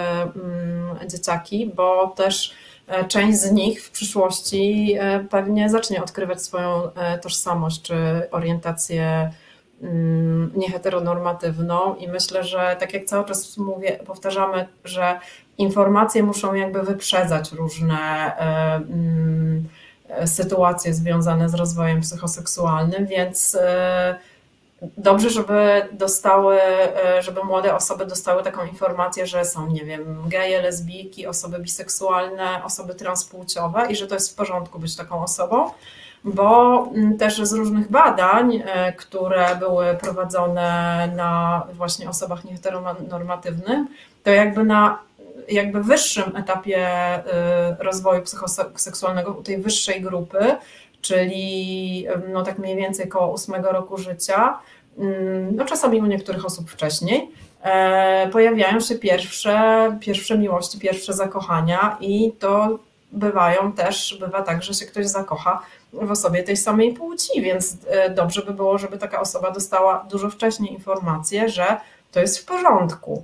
B: um, dzieciaki, bo też część z nich w przyszłości pewnie zacznie odkrywać swoją tożsamość czy orientację um, nieheteronormatywną i myślę, że tak jak cały czas mówię, powtarzamy, że informacje muszą jakby wyprzedzać różne um, sytuacje związane z rozwojem psychoseksualnym, więc dobrze, żeby dostały, żeby młode osoby dostały taką informację, że są, nie wiem, geje, lesbijki, osoby biseksualne, osoby transpłciowe i że to jest w porządku być taką osobą, bo też z różnych badań, które były prowadzone na właśnie osobach nieheteronormatywnych, to jakby na jakby wyższym etapie rozwoju psychoseksualnego u tej wyższej grupy, czyli no tak mniej więcej koło ósmego roku życia, no czasami u niektórych osób wcześniej, pojawiają się pierwsze, pierwsze miłości, pierwsze zakochania i to bywają też, bywa tak, że się ktoś zakocha w osobie tej samej płci, więc dobrze by było, żeby taka osoba dostała dużo wcześniej informację, że to jest w porządku.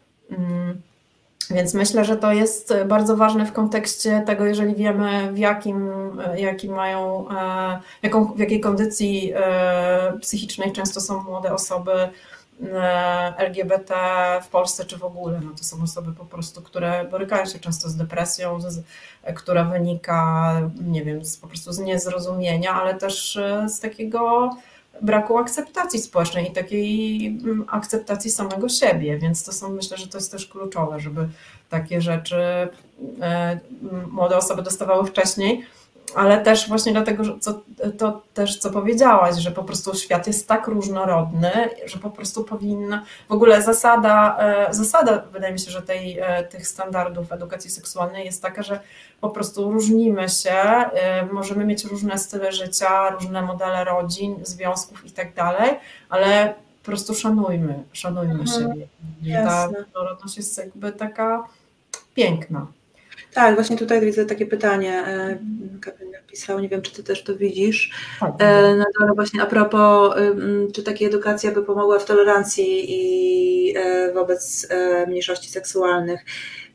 B: Więc myślę, że to jest bardzo ważne w kontekście tego, jeżeli wiemy, w jakim, jakim mają, jaką, w jakiej kondycji psychicznej często są młode osoby L G B T w Polsce czy w ogóle. No to są osoby po prostu, które borykają się często z depresją, z, która wynika, nie wiem, z, po prostu z niezrozumienia, ale też z takiego braku akceptacji społecznej i takiej akceptacji samego siebie, więc to są, myślę, że to jest też kluczowe, żeby takie rzeczy młode osoby dostawały wcześniej, ale też właśnie dlatego, że co, to też co powiedziałaś, że po prostu świat jest tak różnorodny, że po prostu powinna, w ogóle zasada, zasada wydaje mi się, że tej, tych standardów edukacji seksualnej jest taka, że po prostu różnimy się, możemy mieć różne style życia, różne modele rodzin, związków i tak dalej, ale po prostu szanujmy, szanujmy mhm, siebie. I ta różnorodność jest jakby taka piękna.
C: Tak, właśnie tutaj widzę takie pytanie, Kamil napisał, nie wiem, czy ty też to widzisz, tak, no to właśnie a propos, czy taka edukacja by pomogła w tolerancji i wobec mniejszości seksualnych.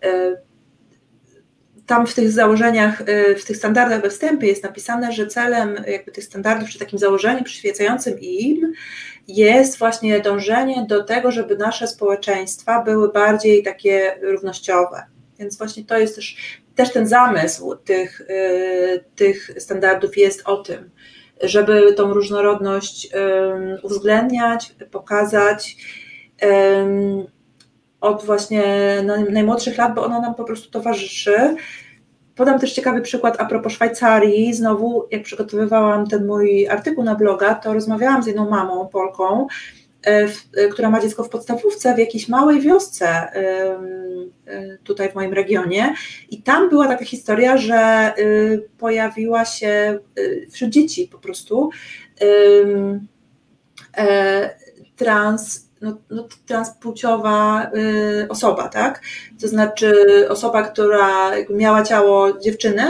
C: Tam w tych założeniach, w tych standardach we wstępie jest napisane, że celem jakby tych standardów, czy takim założeniem przyświecającym im jest właśnie dążenie do tego, żeby nasze społeczeństwa były bardziej takie równościowe. Więc właśnie to jest też, też ten zamysł tych, tych standardów jest o tym, żeby tą różnorodność uwzględniać, pokazać od właśnie najmłodszych lat, bo ona nam po prostu towarzyszy. Podam też ciekawy przykład a propos Szwajcarii. Znowu, jak przygotowywałam ten mój artykuł na bloga, to rozmawiałam z jedną mamą, Polką, która ma dziecko w podstawówce w jakiejś małej wiosce tutaj w moim regionie i tam była taka historia, że pojawiła się wśród dzieci po prostu trans, no, no, transpłciowa osoba, tak? To znaczy osoba, która miała ciało dziewczyny,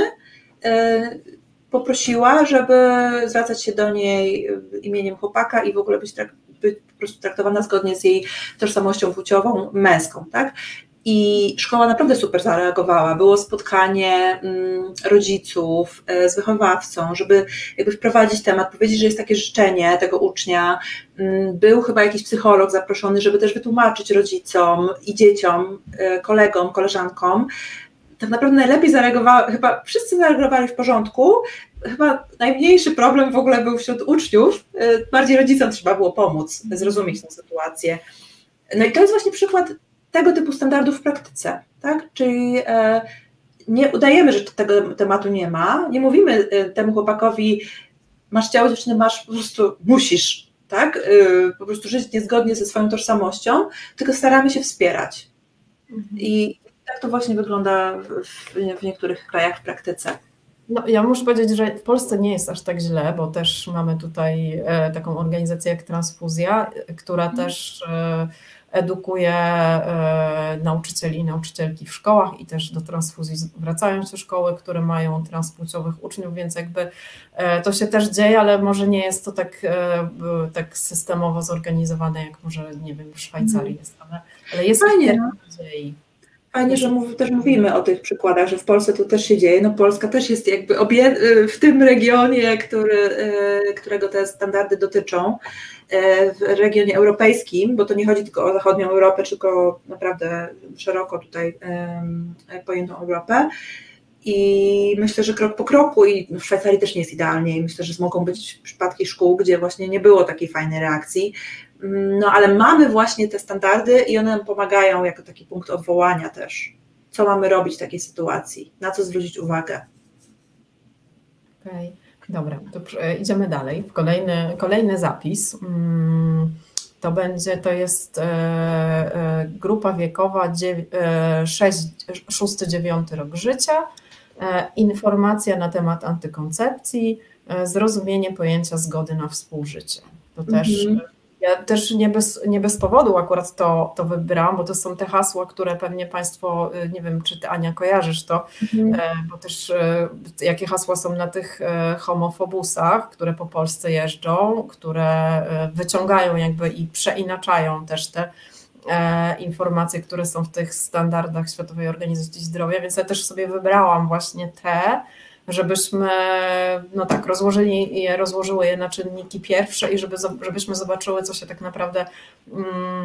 C: poprosiła, żeby zwracać się do niej imieniem chłopaka i w ogóle być, trak- być po prostu traktowana zgodnie z jej tożsamością płciową męską, tak? I szkoła naprawdę super zareagowała. Było spotkanie mm, rodziców e, z wychowawcą, żeby jakby wprowadzić temat, powiedzieć, że jest takie życzenie tego ucznia. Mm, był chyba jakiś psycholog zaproszony, żeby też wytłumaczyć rodzicom i dzieciom, e, kolegom, koleżankom. Tak naprawdę najlepiej zareagowały, chyba wszyscy zareagowali w porządku, chyba najmniejszy problem w ogóle był wśród uczniów, bardziej rodzicom trzeba było pomóc, zrozumieć tę sytuację. No i to jest właśnie przykład tego typu standardów w praktyce, tak? Czyli nie udajemy, że tego tematu nie ma, nie mówimy temu chłopakowi, masz ciało dziewczyny, masz, po prostu musisz, tak? Po prostu żyć niezgodnie ze swoją tożsamością, tylko staramy się wspierać. Mhm. I tak to właśnie wygląda w, w niektórych krajach w praktyce.
B: No, ja muszę powiedzieć, że w Polsce nie jest aż tak źle, bo też mamy tutaj e, taką organizację jak Transfuzja, która hmm. też e, edukuje e, nauczycieli i nauczycielki w szkołach i też do transfuzji wracają się szkoły, które mają transpłciowych uczniów, więc jakby e, to się też dzieje, ale może nie jest to tak, e, tak systemowo zorganizowane, jak może, nie wiem, w Szwajcarii hmm. jest, ale, ale jest
C: fajnie,
B: no. nadziei.
C: Fajnie, że mów, też mówimy o tych przykładach, że w Polsce to też się dzieje. No Polska też jest jakby obie, w tym regionie, który, którego te standardy dotyczą, w regionie europejskim, bo to nie chodzi tylko o zachodnią Europę, tylko naprawdę szeroko tutaj pojętą Europę. I myślę, że krok po kroku i w Szwajcarii też nie jest idealnie i myślę, że mogą być przypadki szkół, gdzie właśnie nie było takiej fajnej reakcji. No ale mamy właśnie te standardy i one nam pomagają jako taki punkt odwołania też. Co mamy robić w takiej sytuacji? Na co zwrócić uwagę?
B: Okej, okay. Dobra, to idziemy dalej. Kolejny, kolejny zapis. To będzie, to jest grupa wiekowa szósty dziewiąty rok życia. Informacja na temat antykoncepcji, zrozumienie pojęcia zgody na współżycie. To też... Mhm. Ja też nie bez, nie bez powodu akurat to, to wybrałam, bo to są te hasła, które pewnie Państwo, nie wiem, czy Ty, Ania, kojarzysz to, mhm. bo też jakie hasła są na tych homofobusach, które po Polsce jeżdżą, które wyciągają jakby i przeinaczają też te informacje, które są w tych standardach Światowej Organizacji Zdrowia, więc ja też sobie wybrałam właśnie te, żebyśmy no tak, rozłożyli je, rozłożyły je na czynniki pierwsze i żeby, żebyśmy zobaczyły, co się tak naprawdę mm,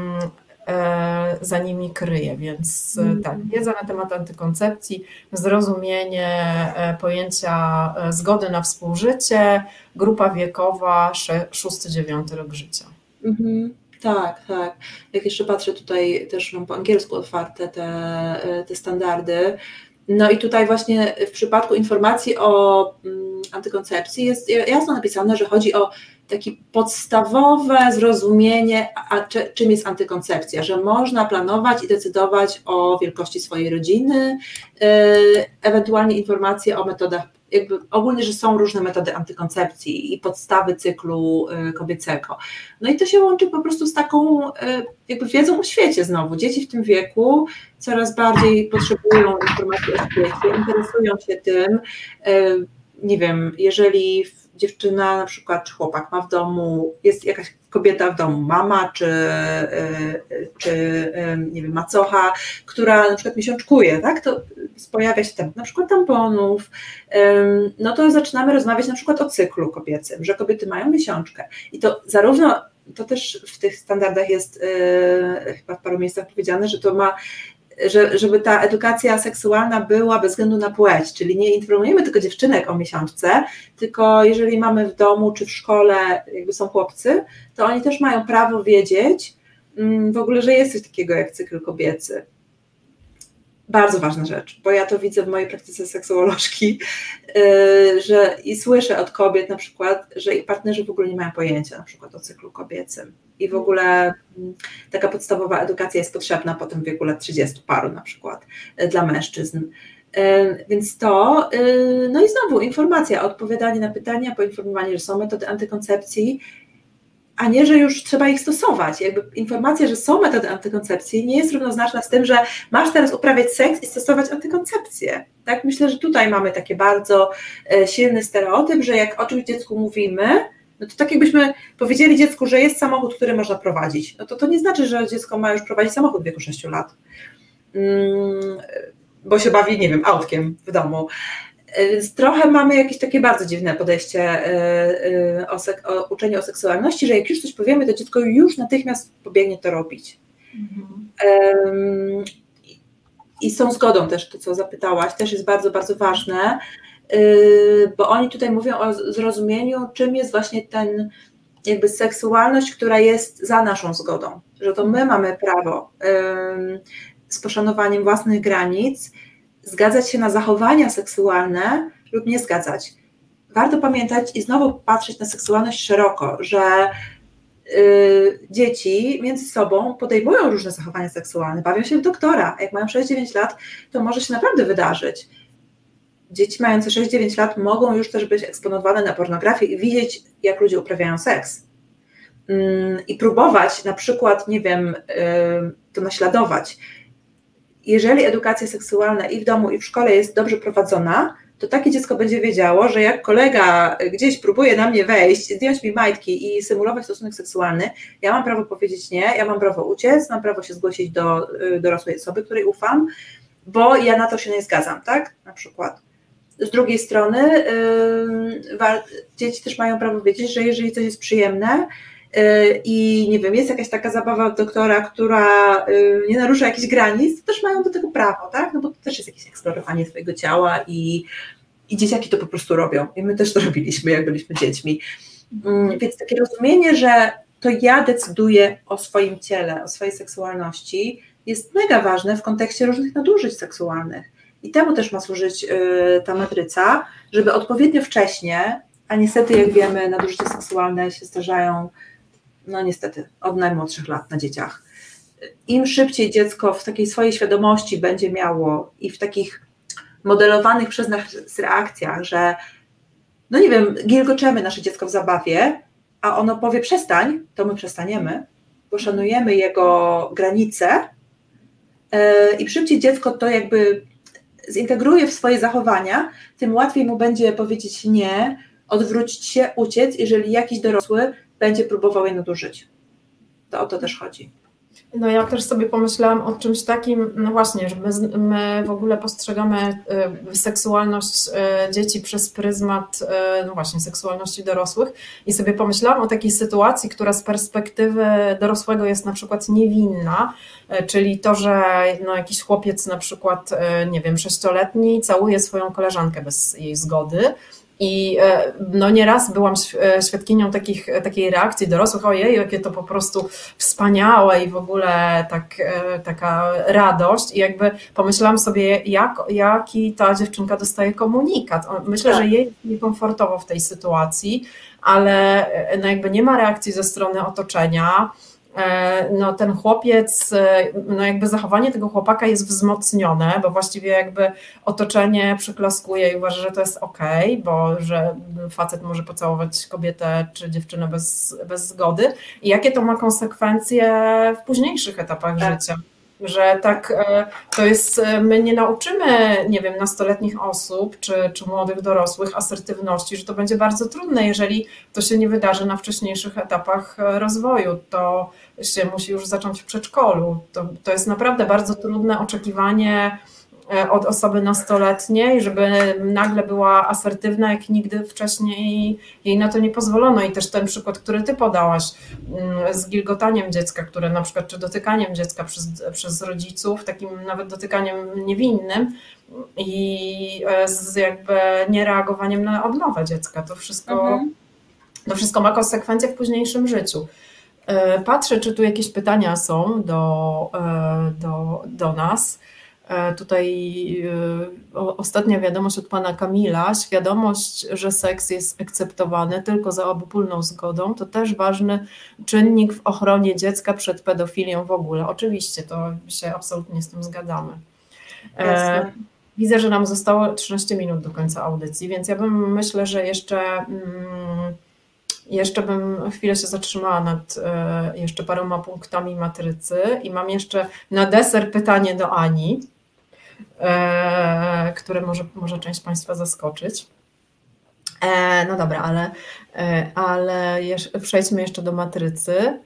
B: e, za nimi kryje. Więc mm. tak, wiedza na temat antykoncepcji, zrozumienie e, pojęcia e, zgody na współżycie, grupa wiekowa szósty dziewiąty rok życia.
C: Mhm. Tak, tak. Jak jeszcze patrzę tutaj, też mam po angielsku otwarte te, te standardy. No i tutaj właśnie w przypadku informacji o mm, antykoncepcji jest jasno napisane, że chodzi o takie podstawowe zrozumienie, a, a czy, czym jest antykoncepcja, że można planować i decydować o wielkości swojej rodziny, yy, ewentualnie informacje o metodach, jakby ogólnie, że są różne metody antykoncepcji i podstawy cyklu yy, kobiecego. No i to się łączy po prostu z taką yy, jakby wiedzą o świecie znowu. Dzieci w tym wieku coraz bardziej potrzebują informacji o świecie, interesują się tym, yy, nie wiem, jeżeli dziewczyna na przykład, czy chłopak ma w domu, jest jakaś kobieta w domu, mama, czy, czy nie wiem, macocha, która na przykład miesiączkuje, tak, to pojawia się temat na przykład tamponów, no to zaczynamy rozmawiać na przykład o cyklu kobiecym, że kobiety mają miesiączkę i to zarówno, to też w tych standardach jest chyba w paru miejscach powiedziane, że to ma Że, żeby ta edukacja seksualna była bez względu na płeć, czyli nie informujemy tylko dziewczynek o miesiączce, tylko jeżeli mamy w domu czy w szkole jakby są chłopcy, to oni też mają prawo wiedzieć w ogóle, że jest coś takiego jak cykl kobiecy. Bardzo ważna rzecz, bo ja to widzę w mojej praktyce seksuolożki, że i słyszę od kobiet na przykład, że ich partnerzy w ogóle nie mają pojęcia na przykład o cyklu kobiecym i w ogóle taka podstawowa edukacja jest potrzebna potem w wieku lat trzydziestu paru na przykład dla mężczyzn. Więc to, no i znowu informacja, odpowiadanie na pytania, poinformowanie, że są metody antykoncepcji, a nie, że już trzeba ich stosować. Jakby informacja, że są metody antykoncepcji, nie jest równoznaczna z tym, że masz teraz uprawiać seks i stosować antykoncepcję. Tak? Myślę, że tutaj mamy taki bardzo silny stereotyp, że jak o czymś dziecku mówimy, no to tak jakbyśmy powiedzieli dziecku, że jest samochód, który można prowadzić. No to to nie znaczy, że dziecko ma już prowadzić samochód w wieku sześciu lat, bo się bawi, nie wiem, autkiem w domu. Więc trochę mamy jakieś takie bardzo dziwne podejście o, sek- o uczeniu o seksualności, że jak już coś powiemy, to dziecko już natychmiast pobiegnie to robić. Mhm. Um, I z tą zgodą też, to co zapytałaś, też jest bardzo, bardzo ważne, yy, bo oni tutaj mówią o zrozumieniu, czym jest właśnie ten jakby seksualność, która jest za naszą zgodą, że to my mamy prawo yy, z poszanowaniem własnych granic zgadzać się na zachowania seksualne lub nie zgadzać. Warto pamiętać i znowu patrzeć na seksualność szeroko, że y, dzieci między sobą podejmują różne zachowania seksualne, bawią się w doktora. Jak mają sześć dziewięć lat, to może się naprawdę wydarzyć. Dzieci mające sześć dziewięć lat mogą już też być eksponowane na pornografię i widzieć, jak ludzie uprawiają seks. Y, I próbować na przykład, nie wiem, y, to naśladować. Jeżeli edukacja seksualna i w domu, i w szkole jest dobrze prowadzona, to takie dziecko będzie wiedziało, że jak kolega gdzieś próbuje na mnie wejść, zdjąć mi majtki i symulować stosunek seksualny, ja mam prawo powiedzieć nie, ja mam prawo uciec, mam prawo się zgłosić do dorosłej osoby, której ufam, bo ja na to się nie zgadzam, tak? Na przykład. Z drugiej strony yy, dzieci też mają prawo wiedzieć, że jeżeli coś jest przyjemne, i nie wiem, jest jakaś taka zabawa od doktora, która nie narusza jakichś granic, to też mają do tego prawo, tak? No bo to też jest jakieś eksplorowanie swojego ciała i, i dzieciaki to po prostu robią. I my też to robiliśmy, jak byliśmy dziećmi. Więc takie rozumienie, że to ja decyduję o swoim ciele, o swojej seksualności, jest mega ważne w kontekście różnych nadużyć seksualnych. I temu też ma służyć ta matryca, żeby odpowiednio wcześnie, a niestety, jak wiemy, nadużycia seksualne się zdarzają no niestety, od najmłodszych lat na dzieciach. Im szybciej dziecko w takiej swojej świadomości będzie miało i w takich modelowanych przez nas reakcjach, że no nie wiem, gilgoczemy nasze dziecko w zabawie, a ono powie przestań, to my przestaniemy, bo szanujemy jego granice yy, i szybciej dziecko to jakby zintegruje w swoje zachowania, tym łatwiej mu będzie powiedzieć nie, odwrócić się, uciec, jeżeli jakiś dorosły będzie próbował je nadużyć. To o to też chodzi.
B: No ja też sobie pomyślałam o czymś takim, no właśnie, że my, my w ogóle postrzegamy seksualność dzieci przez pryzmat, no właśnie, seksualności dorosłych i sobie pomyślałam o takiej sytuacji, która z perspektywy dorosłego jest na przykład niewinna, czyli to, że no jakiś chłopiec na przykład, nie wiem, sześcioletni całuje swoją koleżankę bez jej zgody. I no nieraz byłam świadkinią takich, takiej reakcji dorosłych, ojej, jakie to po prostu wspaniałe i w ogóle tak, taka radość i jakby pomyślałam sobie, jak, jaki ta dziewczynka dostaje komunikat. Myślę, tak. że jej jest niekomfortowo w tej sytuacji, ale no jakby nie ma reakcji ze strony otoczenia. No ten chłopiec, no jakby zachowanie tego chłopaka jest wzmocnione, bo właściwie jakby otoczenie przyklaskuje i uważa, że to jest okej, bo że facet może pocałować kobietę czy dziewczynę bez, bez zgody. I jakie to ma konsekwencje w późniejszych etapach tak. życia? Że tak, to jest, my nie nauczymy, nie wiem, nastoletnich osób czy, czy młodych dorosłych asertywności, że to będzie bardzo trudne, jeżeli to się nie wydarzy na wcześniejszych etapach rozwoju, to się musi już zacząć w przedszkolu. To, to jest naprawdę bardzo trudne oczekiwanie od osoby nastoletniej, żeby nagle była asertywna, jak nigdy wcześniej jej na to nie pozwolono. I też ten przykład, który ty podałaś z gilgotaniem dziecka, które na przykład, czy dotykaniem dziecka przez, przez rodziców, takim nawet dotykaniem niewinnym i z jakby niereagowaniem na odmowę dziecka. To wszystko, mhm. to wszystko ma konsekwencje w późniejszym życiu. Patrzę, czy tu jakieś pytania są do, do, do nas. Tutaj ostatnia wiadomość od pana Kamila. Świadomość, że seks jest akceptowany tylko za obopólną zgodą, to też ważny czynnik w ochronie dziecka przed pedofilią w ogóle. Oczywiście, to się absolutnie z tym zgadzamy. Jasne. Widzę, że nam zostało trzynaście minut do końca audycji, więc ja bym myślę, że jeszcze... Hmm, Jeszcze bym chwilę się zatrzymała nad jeszcze paroma punktami matrycy i mam jeszcze na deser pytanie do Ani, które może, może część Państwa zaskoczyć. No dobra, ale, ale przejdźmy jeszcze do matrycy.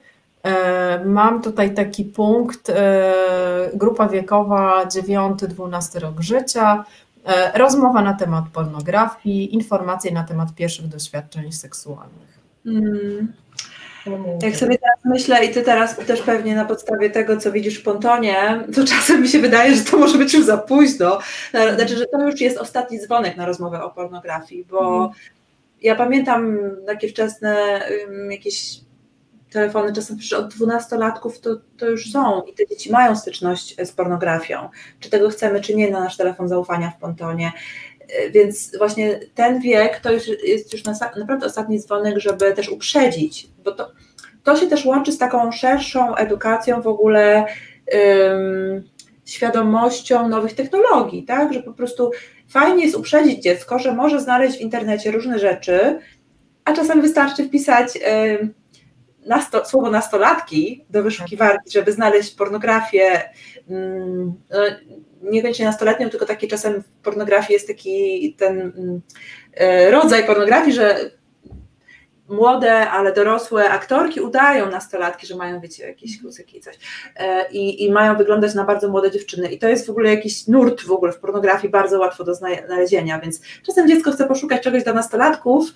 B: Mam tutaj taki punkt, grupa wiekowa dziewiąty dwunasty rok życia, rozmowa na temat pornografii, informacje na temat pierwszych doświadczeń seksualnych. Hmm.
C: Jak sobie teraz myślę i ty teraz też pewnie na podstawie tego, co widzisz w pontonie, to czasem mi się wydaje, że to może być już za późno. Znaczy, że to już jest ostatni dzwonek na rozmowę o pornografii, bo hmm. ja pamiętam takie wczesne um, jakieś telefony, czasem od dwunastolatków to, to już są i te dzieci mają styczność z pornografią. Czy tego chcemy, czy nie, na nasz telefon zaufania w pontonie. Więc właśnie ten wiek to już jest już naprawdę ostatni dzwonek, żeby też uprzedzić, bo to, to się też łączy z taką szerszą edukacją w ogóle, um, świadomością nowych technologii, tak? Że po prostu fajnie jest uprzedzić dziecko, że może znaleźć w internecie różne rzeczy, a czasem wystarczy wpisać um, nasto, słowo nastolatki do wyszukiwarki, żeby znaleźć pornografię, um, niekoniecznie nastoletnią, tylko taki czasem w pornografii jest taki ten e, rodzaj pornografii, że młode, ale dorosłe aktorki udają nastolatki, że mają, wiecie, jakieś klucyki i coś e, i, i mają wyglądać na bardzo młode dziewczyny i to jest w ogóle jakiś nurt w ogóle w pornografii bardzo łatwo do znalezienia, więc czasem dziecko chce poszukać czegoś dla nastolatków,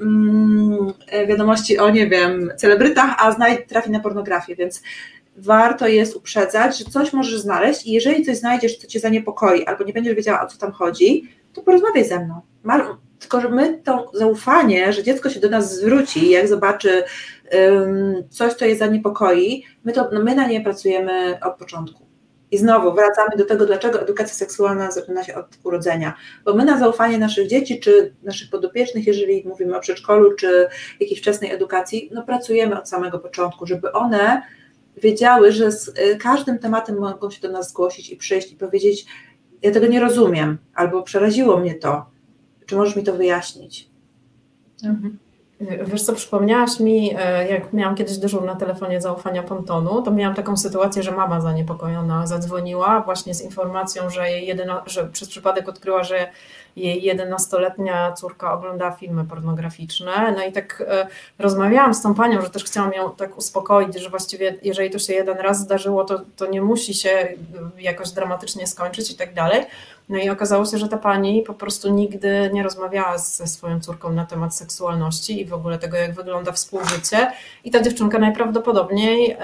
C: mm, wiadomości o, nie wiem, celebrytach, a znaj- trafi na pornografię, więc warto jest uprzedzać, że coś możesz znaleźć i jeżeli coś znajdziesz, co cię zaniepokoi albo nie będziesz wiedziała, o co tam chodzi, to porozmawiaj ze mną. Tylko, że my to zaufanie, że dziecko się do nas zwróci, jak zobaczy um, coś, co je zaniepokoi, my, to, no my na nie pracujemy od początku. I znowu wracamy do tego, dlaczego edukacja seksualna zaczyna się od urodzenia. Bo my na zaufanie naszych dzieci, czy naszych podopiecznych, jeżeli mówimy o przedszkolu, czy jakiejś wczesnej edukacji, no pracujemy od samego początku, żeby one wiedziały, że z każdym tematem mogą się do nas zgłosić i przyjść i powiedzieć, ja tego nie rozumiem, albo przeraziło mnie to, czy możesz mi to wyjaśnić?
B: Mhm. Wiesz co, przypomniałaś mi, jak miałam kiedyś dyżur na telefonie zaufania Pontonu, to miałam taką sytuację, że mama zaniepokojona zadzwoniła właśnie z informacją, że, jej jedyno, że przez przypadek odkryła, że jej jedenastoletnia córka ogląda filmy pornograficzne. No i tak rozmawiałam z tą panią, że też chciałam ją tak uspokoić, że właściwie jeżeli to się jeden raz zdarzyło, to, to nie musi się jakoś dramatycznie skończyć i tak dalej. No i okazało się, że ta pani po prostu nigdy nie rozmawiała ze swoją córką na temat seksualności i w ogóle tego, jak wygląda współżycie. I ta dziewczynka najprawdopodobniej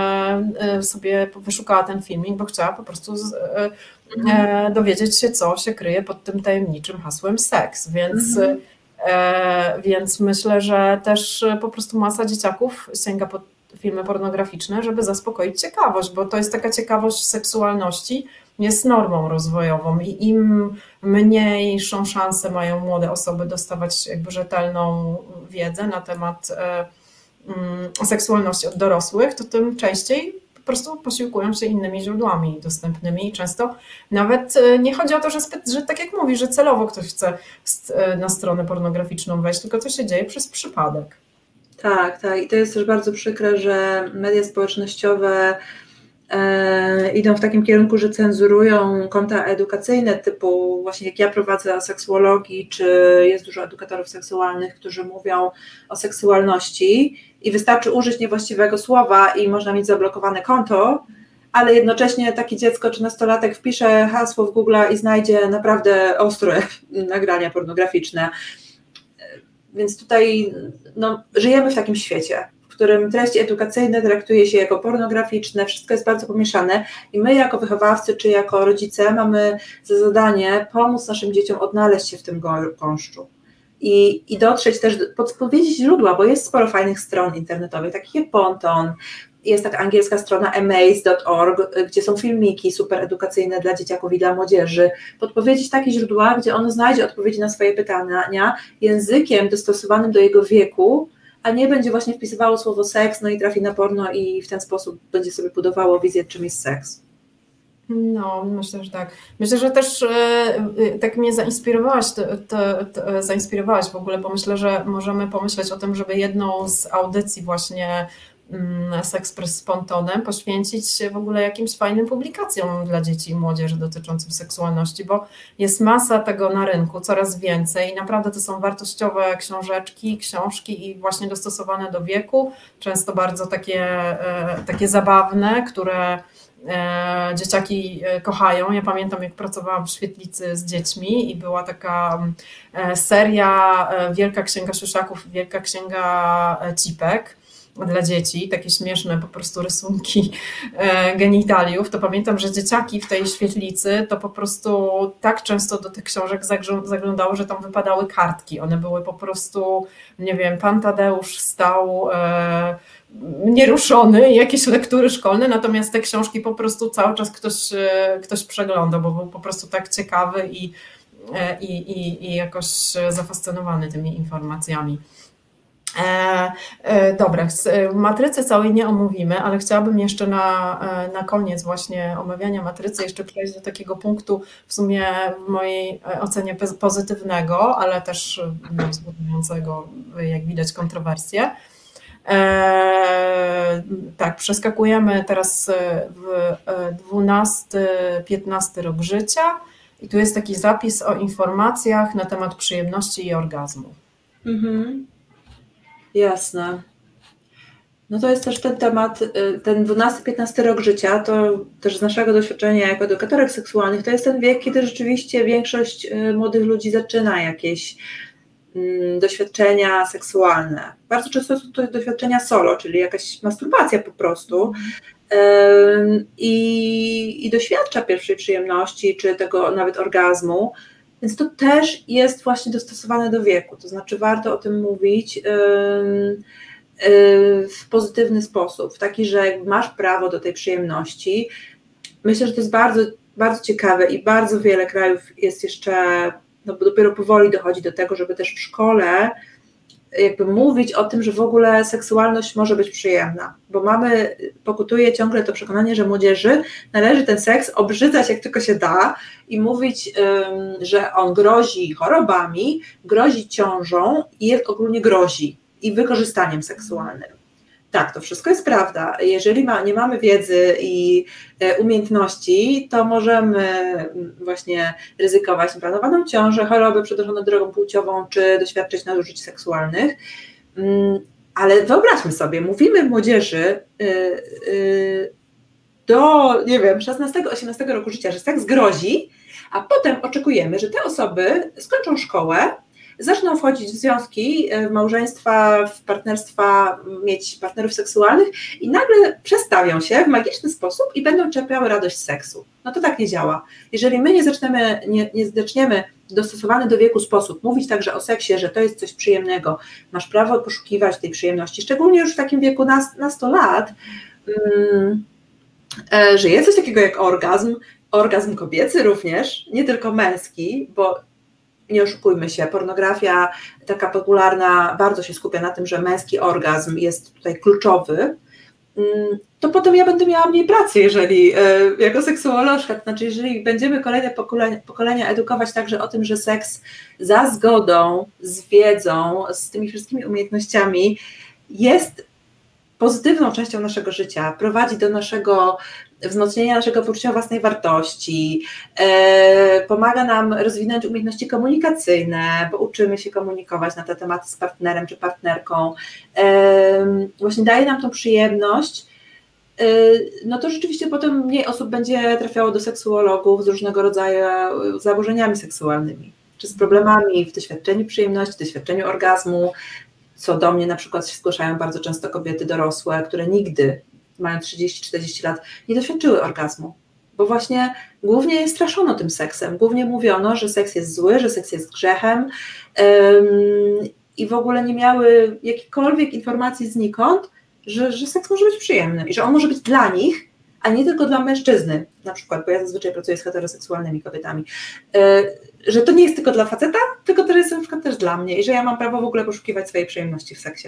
B: sobie wyszukała ten filmik, bo chciała po prostu dowiedzieć się, co się kryje pod tym tajemniczym hasłem seks. Więc, mhm. więc myślę, że też po prostu masa dzieciaków sięga po filmy pornograficzne, żeby zaspokoić ciekawość, bo to jest taka ciekawość seksualności, jest normą rozwojową i im mniejszą szansę mają młode osoby dostawać jakby rzetelną wiedzę na temat seksualności od dorosłych, to tym częściej po prostu posiłkują się innymi źródłami dostępnymi i często nawet nie chodzi o to, że, że tak jak mówi, że celowo ktoś chce na stronę pornograficzną wejść, tylko to się dzieje przez przypadek.
C: Tak, tak i to jest też bardzo przykre, że media społecznościowe e, idą w takim kierunku, że cenzurują konta edukacyjne typu właśnie jak ja prowadzę o seksuologii, czy jest dużo edukatorów seksualnych, którzy mówią o seksualności i wystarczy użyć niewłaściwego słowa i można mieć zablokowane konto, ale jednocześnie takie dziecko czy nastolatek wpisze hasło w Google i znajdzie naprawdę ostre nagrania pornograficzne. Więc tutaj no, żyjemy w takim świecie, w którym treści edukacyjne traktuje się jako pornograficzne, wszystko jest bardzo pomieszane i my jako wychowawcy czy jako rodzice mamy za zadanie pomóc naszym dzieciom odnaleźć się w tym gąszczu i, i dotrzeć też, podpowiedzieć źródła, bo jest sporo fajnych stron internetowych, takich jak Ponton, jest taka angielska strona amaze kropka org, gdzie są filmiki super edukacyjne dla dzieciaków i dla młodzieży. Podpowiedzieć takie źródła, gdzie ono znajdzie odpowiedzi na swoje pytania językiem dostosowanym do jego wieku, a nie będzie właśnie wpisywało słowo seks, no i trafi na porno i w ten sposób będzie sobie budowało wizję, czym jest seks.
B: No, myślę, że tak. Myślę, że też e, tak mnie zainspirowałaś, to, to, to, zainspirowałaś w ogóle, bo myślę, że możemy pomyśleć o tym, żeby jedną z audycji właśnie Sexpress z Pontonem poświęcić się w ogóle jakimś fajnym publikacjom dla dzieci i młodzieży dotyczącym seksualności, bo jest masa tego na rynku, coraz więcej i naprawdę to są wartościowe książeczki, książki i właśnie dostosowane do wieku, często bardzo takie, takie zabawne, które dzieciaki kochają. Ja pamiętam, jak pracowałam w świetlicy z dziećmi i była taka seria Wielka Księga Siusiaków, Wielka Księga Cipek dla dzieci, takie śmieszne po prostu rysunki genitaliów, to pamiętam, że dzieciaki w tej świetlicy to po prostu tak często do tych książek zaglądały, że tam wypadały kartki. One były po prostu, nie wiem, pan Tadeusz stał e, nieruszony, jakieś lektury szkolne, natomiast te książki po prostu cały czas ktoś, ktoś przeglądał, bo był po prostu tak ciekawy i, i, i, i jakoś zafascynowany tymi informacjami. E, e, dobra, matrycy całej nie omówimy, ale chciałabym jeszcze na, na koniec właśnie omawiania matrycy jeszcze przejść do takiego punktu w sumie w mojej ocenie pozytywnego, ale też wzbudzającego, jak widać, kontrowersje. E, tak, przeskakujemy teraz w dwunasty piętnasty rok życia i tu jest taki zapis o informacjach na temat przyjemności i orgazmu. Mhm.
C: Jasne. No to jest też ten temat, ten dwunasty piętnasty rok życia, to też z naszego doświadczenia jako edukatorek seksualnych, to jest ten wiek, kiedy rzeczywiście większość młodych ludzi zaczyna jakieś mm, doświadczenia seksualne. Bardzo często są to doświadczenia solo, czyli jakaś masturbacja po prostu ym, i, i doświadcza pierwszej przyjemności, czy tego nawet orgazmu. Więc to też jest właśnie dostosowane do wieku, to znaczy warto o tym mówić yy, yy, w pozytywny sposób, w taki, że masz prawo do tej przyjemności. Myślę, że to jest bardzo, bardzo ciekawe i bardzo wiele krajów jest jeszcze, no bo dopiero powoli dochodzi do tego, żeby też w szkole jakby mówić o tym, że w ogóle seksualność może być przyjemna, bo mamy, pokutuje ciągle to przekonanie, że młodzieży należy ten seks obrzydzać jak tylko się da i mówić, że on grozi chorobami, grozi ciążą i ogólnie grozi. i wykorzystaniem seksualnym. Tak, to wszystko jest prawda. Jeżeli ma, nie mamy wiedzy i umiejętności, to możemy właśnie ryzykować nieplanowaną ciążę, choroby przenoszone drogą płciową, czy doświadczyć nadużyć seksualnych. Ale wyobraźmy sobie, mówimy młodzieży do, nie wiem, szesnastego osiemnastego roku życia, że seks grozi, a potem oczekujemy, że te osoby skończą szkołę, zaczną wchodzić w związki, w małżeństwa, w partnerstwa, mieć partnerów seksualnych i nagle przestawią się w magiczny sposób i będą czerpiały radość z seksu. No to tak nie działa. Jeżeli my nie zaczniemy, nie, nie zaczniemy w dostosowany do wieku sposób mówić także o seksie, że to jest coś przyjemnego, masz prawo poszukiwać tej przyjemności, szczególnie już w takim wieku na sto lat, um, że jest coś takiego jak orgazm, orgazm kobiecy również, nie tylko męski, bo nie oszukujmy się, pornografia taka popularna bardzo się skupia na tym, że męski orgazm jest tutaj kluczowy, to potem ja będę miała mniej pracy, jeżeli jako seksuolożka, to znaczy jeżeli będziemy kolejne pokolenia, pokolenia edukować także o tym, że seks za zgodą, z wiedzą, z tymi wszystkimi umiejętnościami jest pozytywną częścią naszego życia, prowadzi do naszego wzmocnienia naszego poczucia własnej wartości, e, pomaga nam rozwinąć umiejętności komunikacyjne, bo uczymy się komunikować na te tematy z partnerem czy partnerką, e, właśnie daje nam tą przyjemność, e, no to rzeczywiście potem mniej osób będzie trafiało do seksuologów z różnego rodzaju zaburzeniami seksualnymi, czy z problemami w doświadczeniu przyjemności, w doświadczeniu orgazmu, co do mnie na przykład się zgłaszają bardzo często kobiety dorosłe, które nigdy, mają trzydzieści czterdzieści lat, nie doświadczyły orgazmu, bo właśnie głównie straszono tym seksem, głównie mówiono, że seks jest zły, że seks jest grzechem ym, i w ogóle nie miały jakiejkolwiek informacji znikąd, że, że seks może być przyjemny i że on może być dla nich, a nie tylko dla mężczyzny, na przykład, bo ja zazwyczaj pracuję z heteroseksualnymi kobietami, yy, że to nie jest tylko dla faceta, tylko to jest na przykład też dla mnie i że ja mam prawo w ogóle poszukiwać swojej przyjemności w seksie.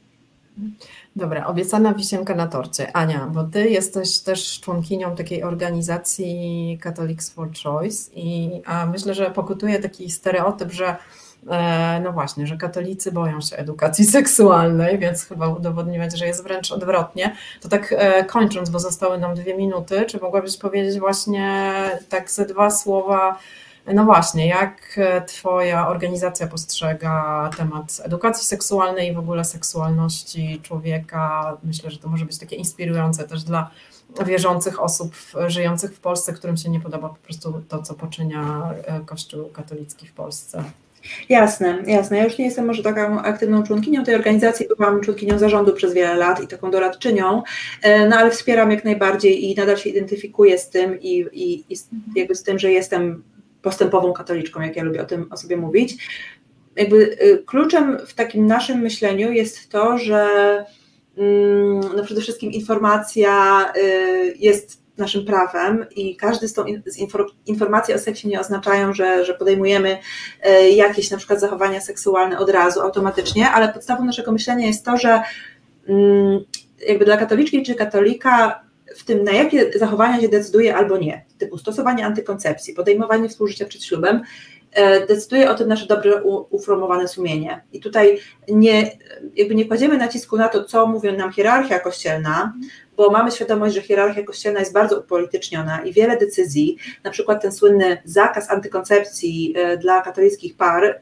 B: Dobra, obiecana wisienka na torcie. Ania, bo ty jesteś też członkinią takiej organizacji Catholics for Choice i a myślę, że pokutuje taki stereotyp, że e, no właśnie, że katolicy boją się edukacji seksualnej, więc chyba udowodniwać, że jest wręcz odwrotnie. To tak e, kończąc, bo zostały nam dwie minuty, czy mogłabyś powiedzieć właśnie tak ze dwa słowa, no właśnie, jak twoja organizacja postrzega temat edukacji seksualnej i w ogóle seksualności człowieka? Myślę, że to może być takie inspirujące też dla wierzących osób żyjących w Polsce, którym się nie podoba po prostu to, co poczynia Kościół katolicki w Polsce.
C: Jasne, jasne. Ja już nie jestem może taką aktywną członkinią tej organizacji, byłam członkinią zarządu przez wiele lat i taką doradczynią, no ale wspieram jak najbardziej i nadal się identyfikuję z tym i, i, i jakby z tym, że jestem postępową katoliczką, jak ja lubię o tym o sobie mówić. Jakby kluczem w takim naszym myśleniu jest to, że no przede wszystkim informacja jest naszym prawem i każdy z tą z informacji o seksie nie oznaczają, że, że podejmujemy jakieś na przykład zachowania seksualne od razu, automatycznie, ale podstawą naszego myślenia jest to, że jakby dla katoliczki czy katolika w tym, na jakie zachowania się decyduje albo nie, typu stosowanie antykoncepcji, podejmowanie współżycia przed ślubem, decyduje o tym nasze dobrze uformowane sumienie. I tutaj nie, jakby nie kładziemy nacisku na to, co mówi nam hierarchia kościelna, bo mamy świadomość, że hierarchia kościelna jest bardzo upolityczniona i wiele decyzji, na przykład ten słynny zakaz antykoncepcji dla katolickich par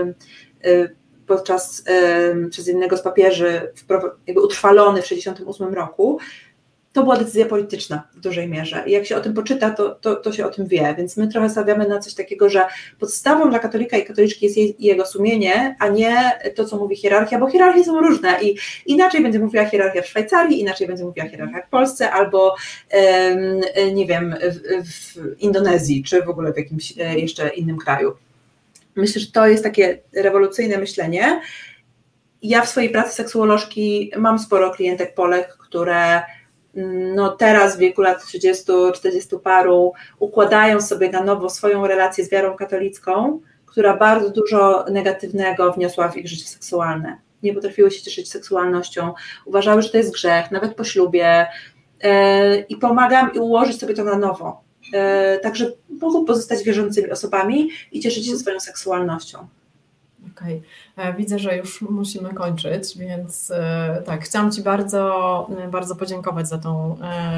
C: podczas przez jednego z papieży jakby utrwalony w sześćdziesiątym ósmym roku, to była decyzja polityczna w dużej mierze i jak się o tym poczyta, to, to, to się o tym wie, więc my trochę stawiamy na coś takiego, że podstawą dla katolika i katoliczki jest jej, jego sumienie, a nie to, co mówi hierarchia, bo hierarchie są różne i inaczej będzie mówiła hierarchia w Szwajcarii, inaczej będzie mówiła hierarchia w Polsce albo um, nie wiem, w, w Indonezji, czy w ogóle w jakimś jeszcze innym kraju. Myślę, że to jest takie rewolucyjne myślenie. Ja w swojej pracy seksuolożki mam sporo klientek Polek, które no teraz w wieku lat trzydziestu, czterdziestu paru układają sobie na nowo swoją relację z wiarą katolicką, która bardzo dużo negatywnego wniosła w ich życie seksualne. Nie potrafiły się cieszyć seksualnością, uważały, że to jest grzech, nawet po ślubie yy, i pomagam i ułożyć sobie to na nowo, yy, tak, że mogą pozostać wierzącymi osobami i cieszyć się swoją seksualnością.
B: Okej, okay. Widzę, że już musimy kończyć, więc tak, chciałam Ci bardzo, bardzo podziękować za tą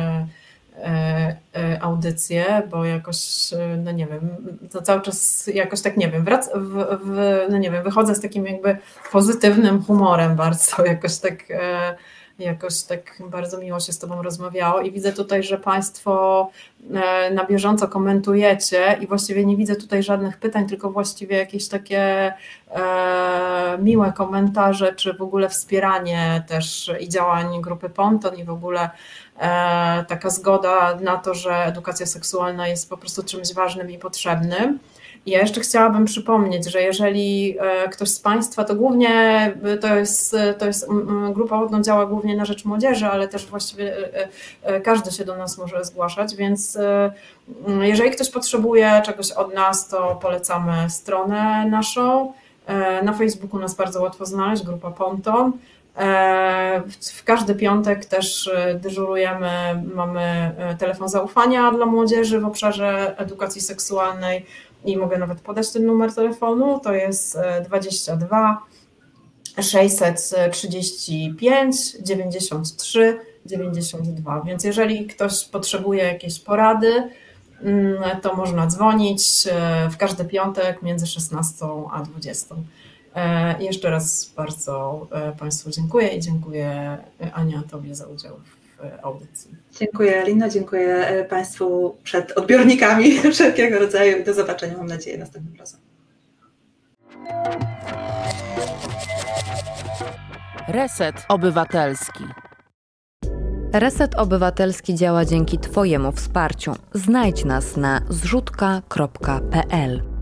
B: audycję, bo jakoś, no nie wiem, to cały czas jakoś tak, nie wiem, wrac, w, w, no nie wiem, wychodzę z takim jakby pozytywnym humorem bardzo, jakoś tak, jakoś tak bardzo miło się z Tobą rozmawiało i widzę tutaj, że Państwo na bieżąco komentujecie i właściwie nie widzę tutaj żadnych pytań, tylko właściwie jakieś takie e, miłe komentarze, czy w ogóle wspieranie też i działań grupy Ponton i w ogóle e, taka zgoda na to, że edukacja seksualna jest po prostu czymś ważnym i potrzebnym. Ja jeszcze chciałabym przypomnieć, że jeżeli ktoś z Państwa, to głównie to jest, to jest grupa Ponton działa głównie na rzecz młodzieży, ale też właściwie każdy się do nas może zgłaszać, więc jeżeli ktoś potrzebuje czegoś od nas, to polecamy stronę naszą. Na Facebooku nas bardzo łatwo znaleźć, grupa Ponton. W każdy piątek też dyżurujemy, mamy telefon zaufania dla młodzieży w obszarze edukacji seksualnej i mogę nawet podać ten numer telefonu, to jest dwadzieścia dwa sześćset trzydzieści pięć dziewięćdziesiąt trzy dziewięćdziesiąt dwa, więc jeżeli ktoś potrzebuje jakiejś porady, to można dzwonić w każdy piątek między szesnastą a dwudziestą. Jeszcze raz bardzo Państwu dziękuję i dziękuję Ania Tobie za udział w audycji.
C: Dziękuję Alino, dziękuję Państwu przed odbiornikami wszelkiego rodzaju i do zobaczenia, mam nadzieję, następnym razem.
A: Reset Obywatelski.
D: Reset Obywatelski działa dzięki Twojemu wsparciu. Znajdź nas na zrzutka kropka pe el.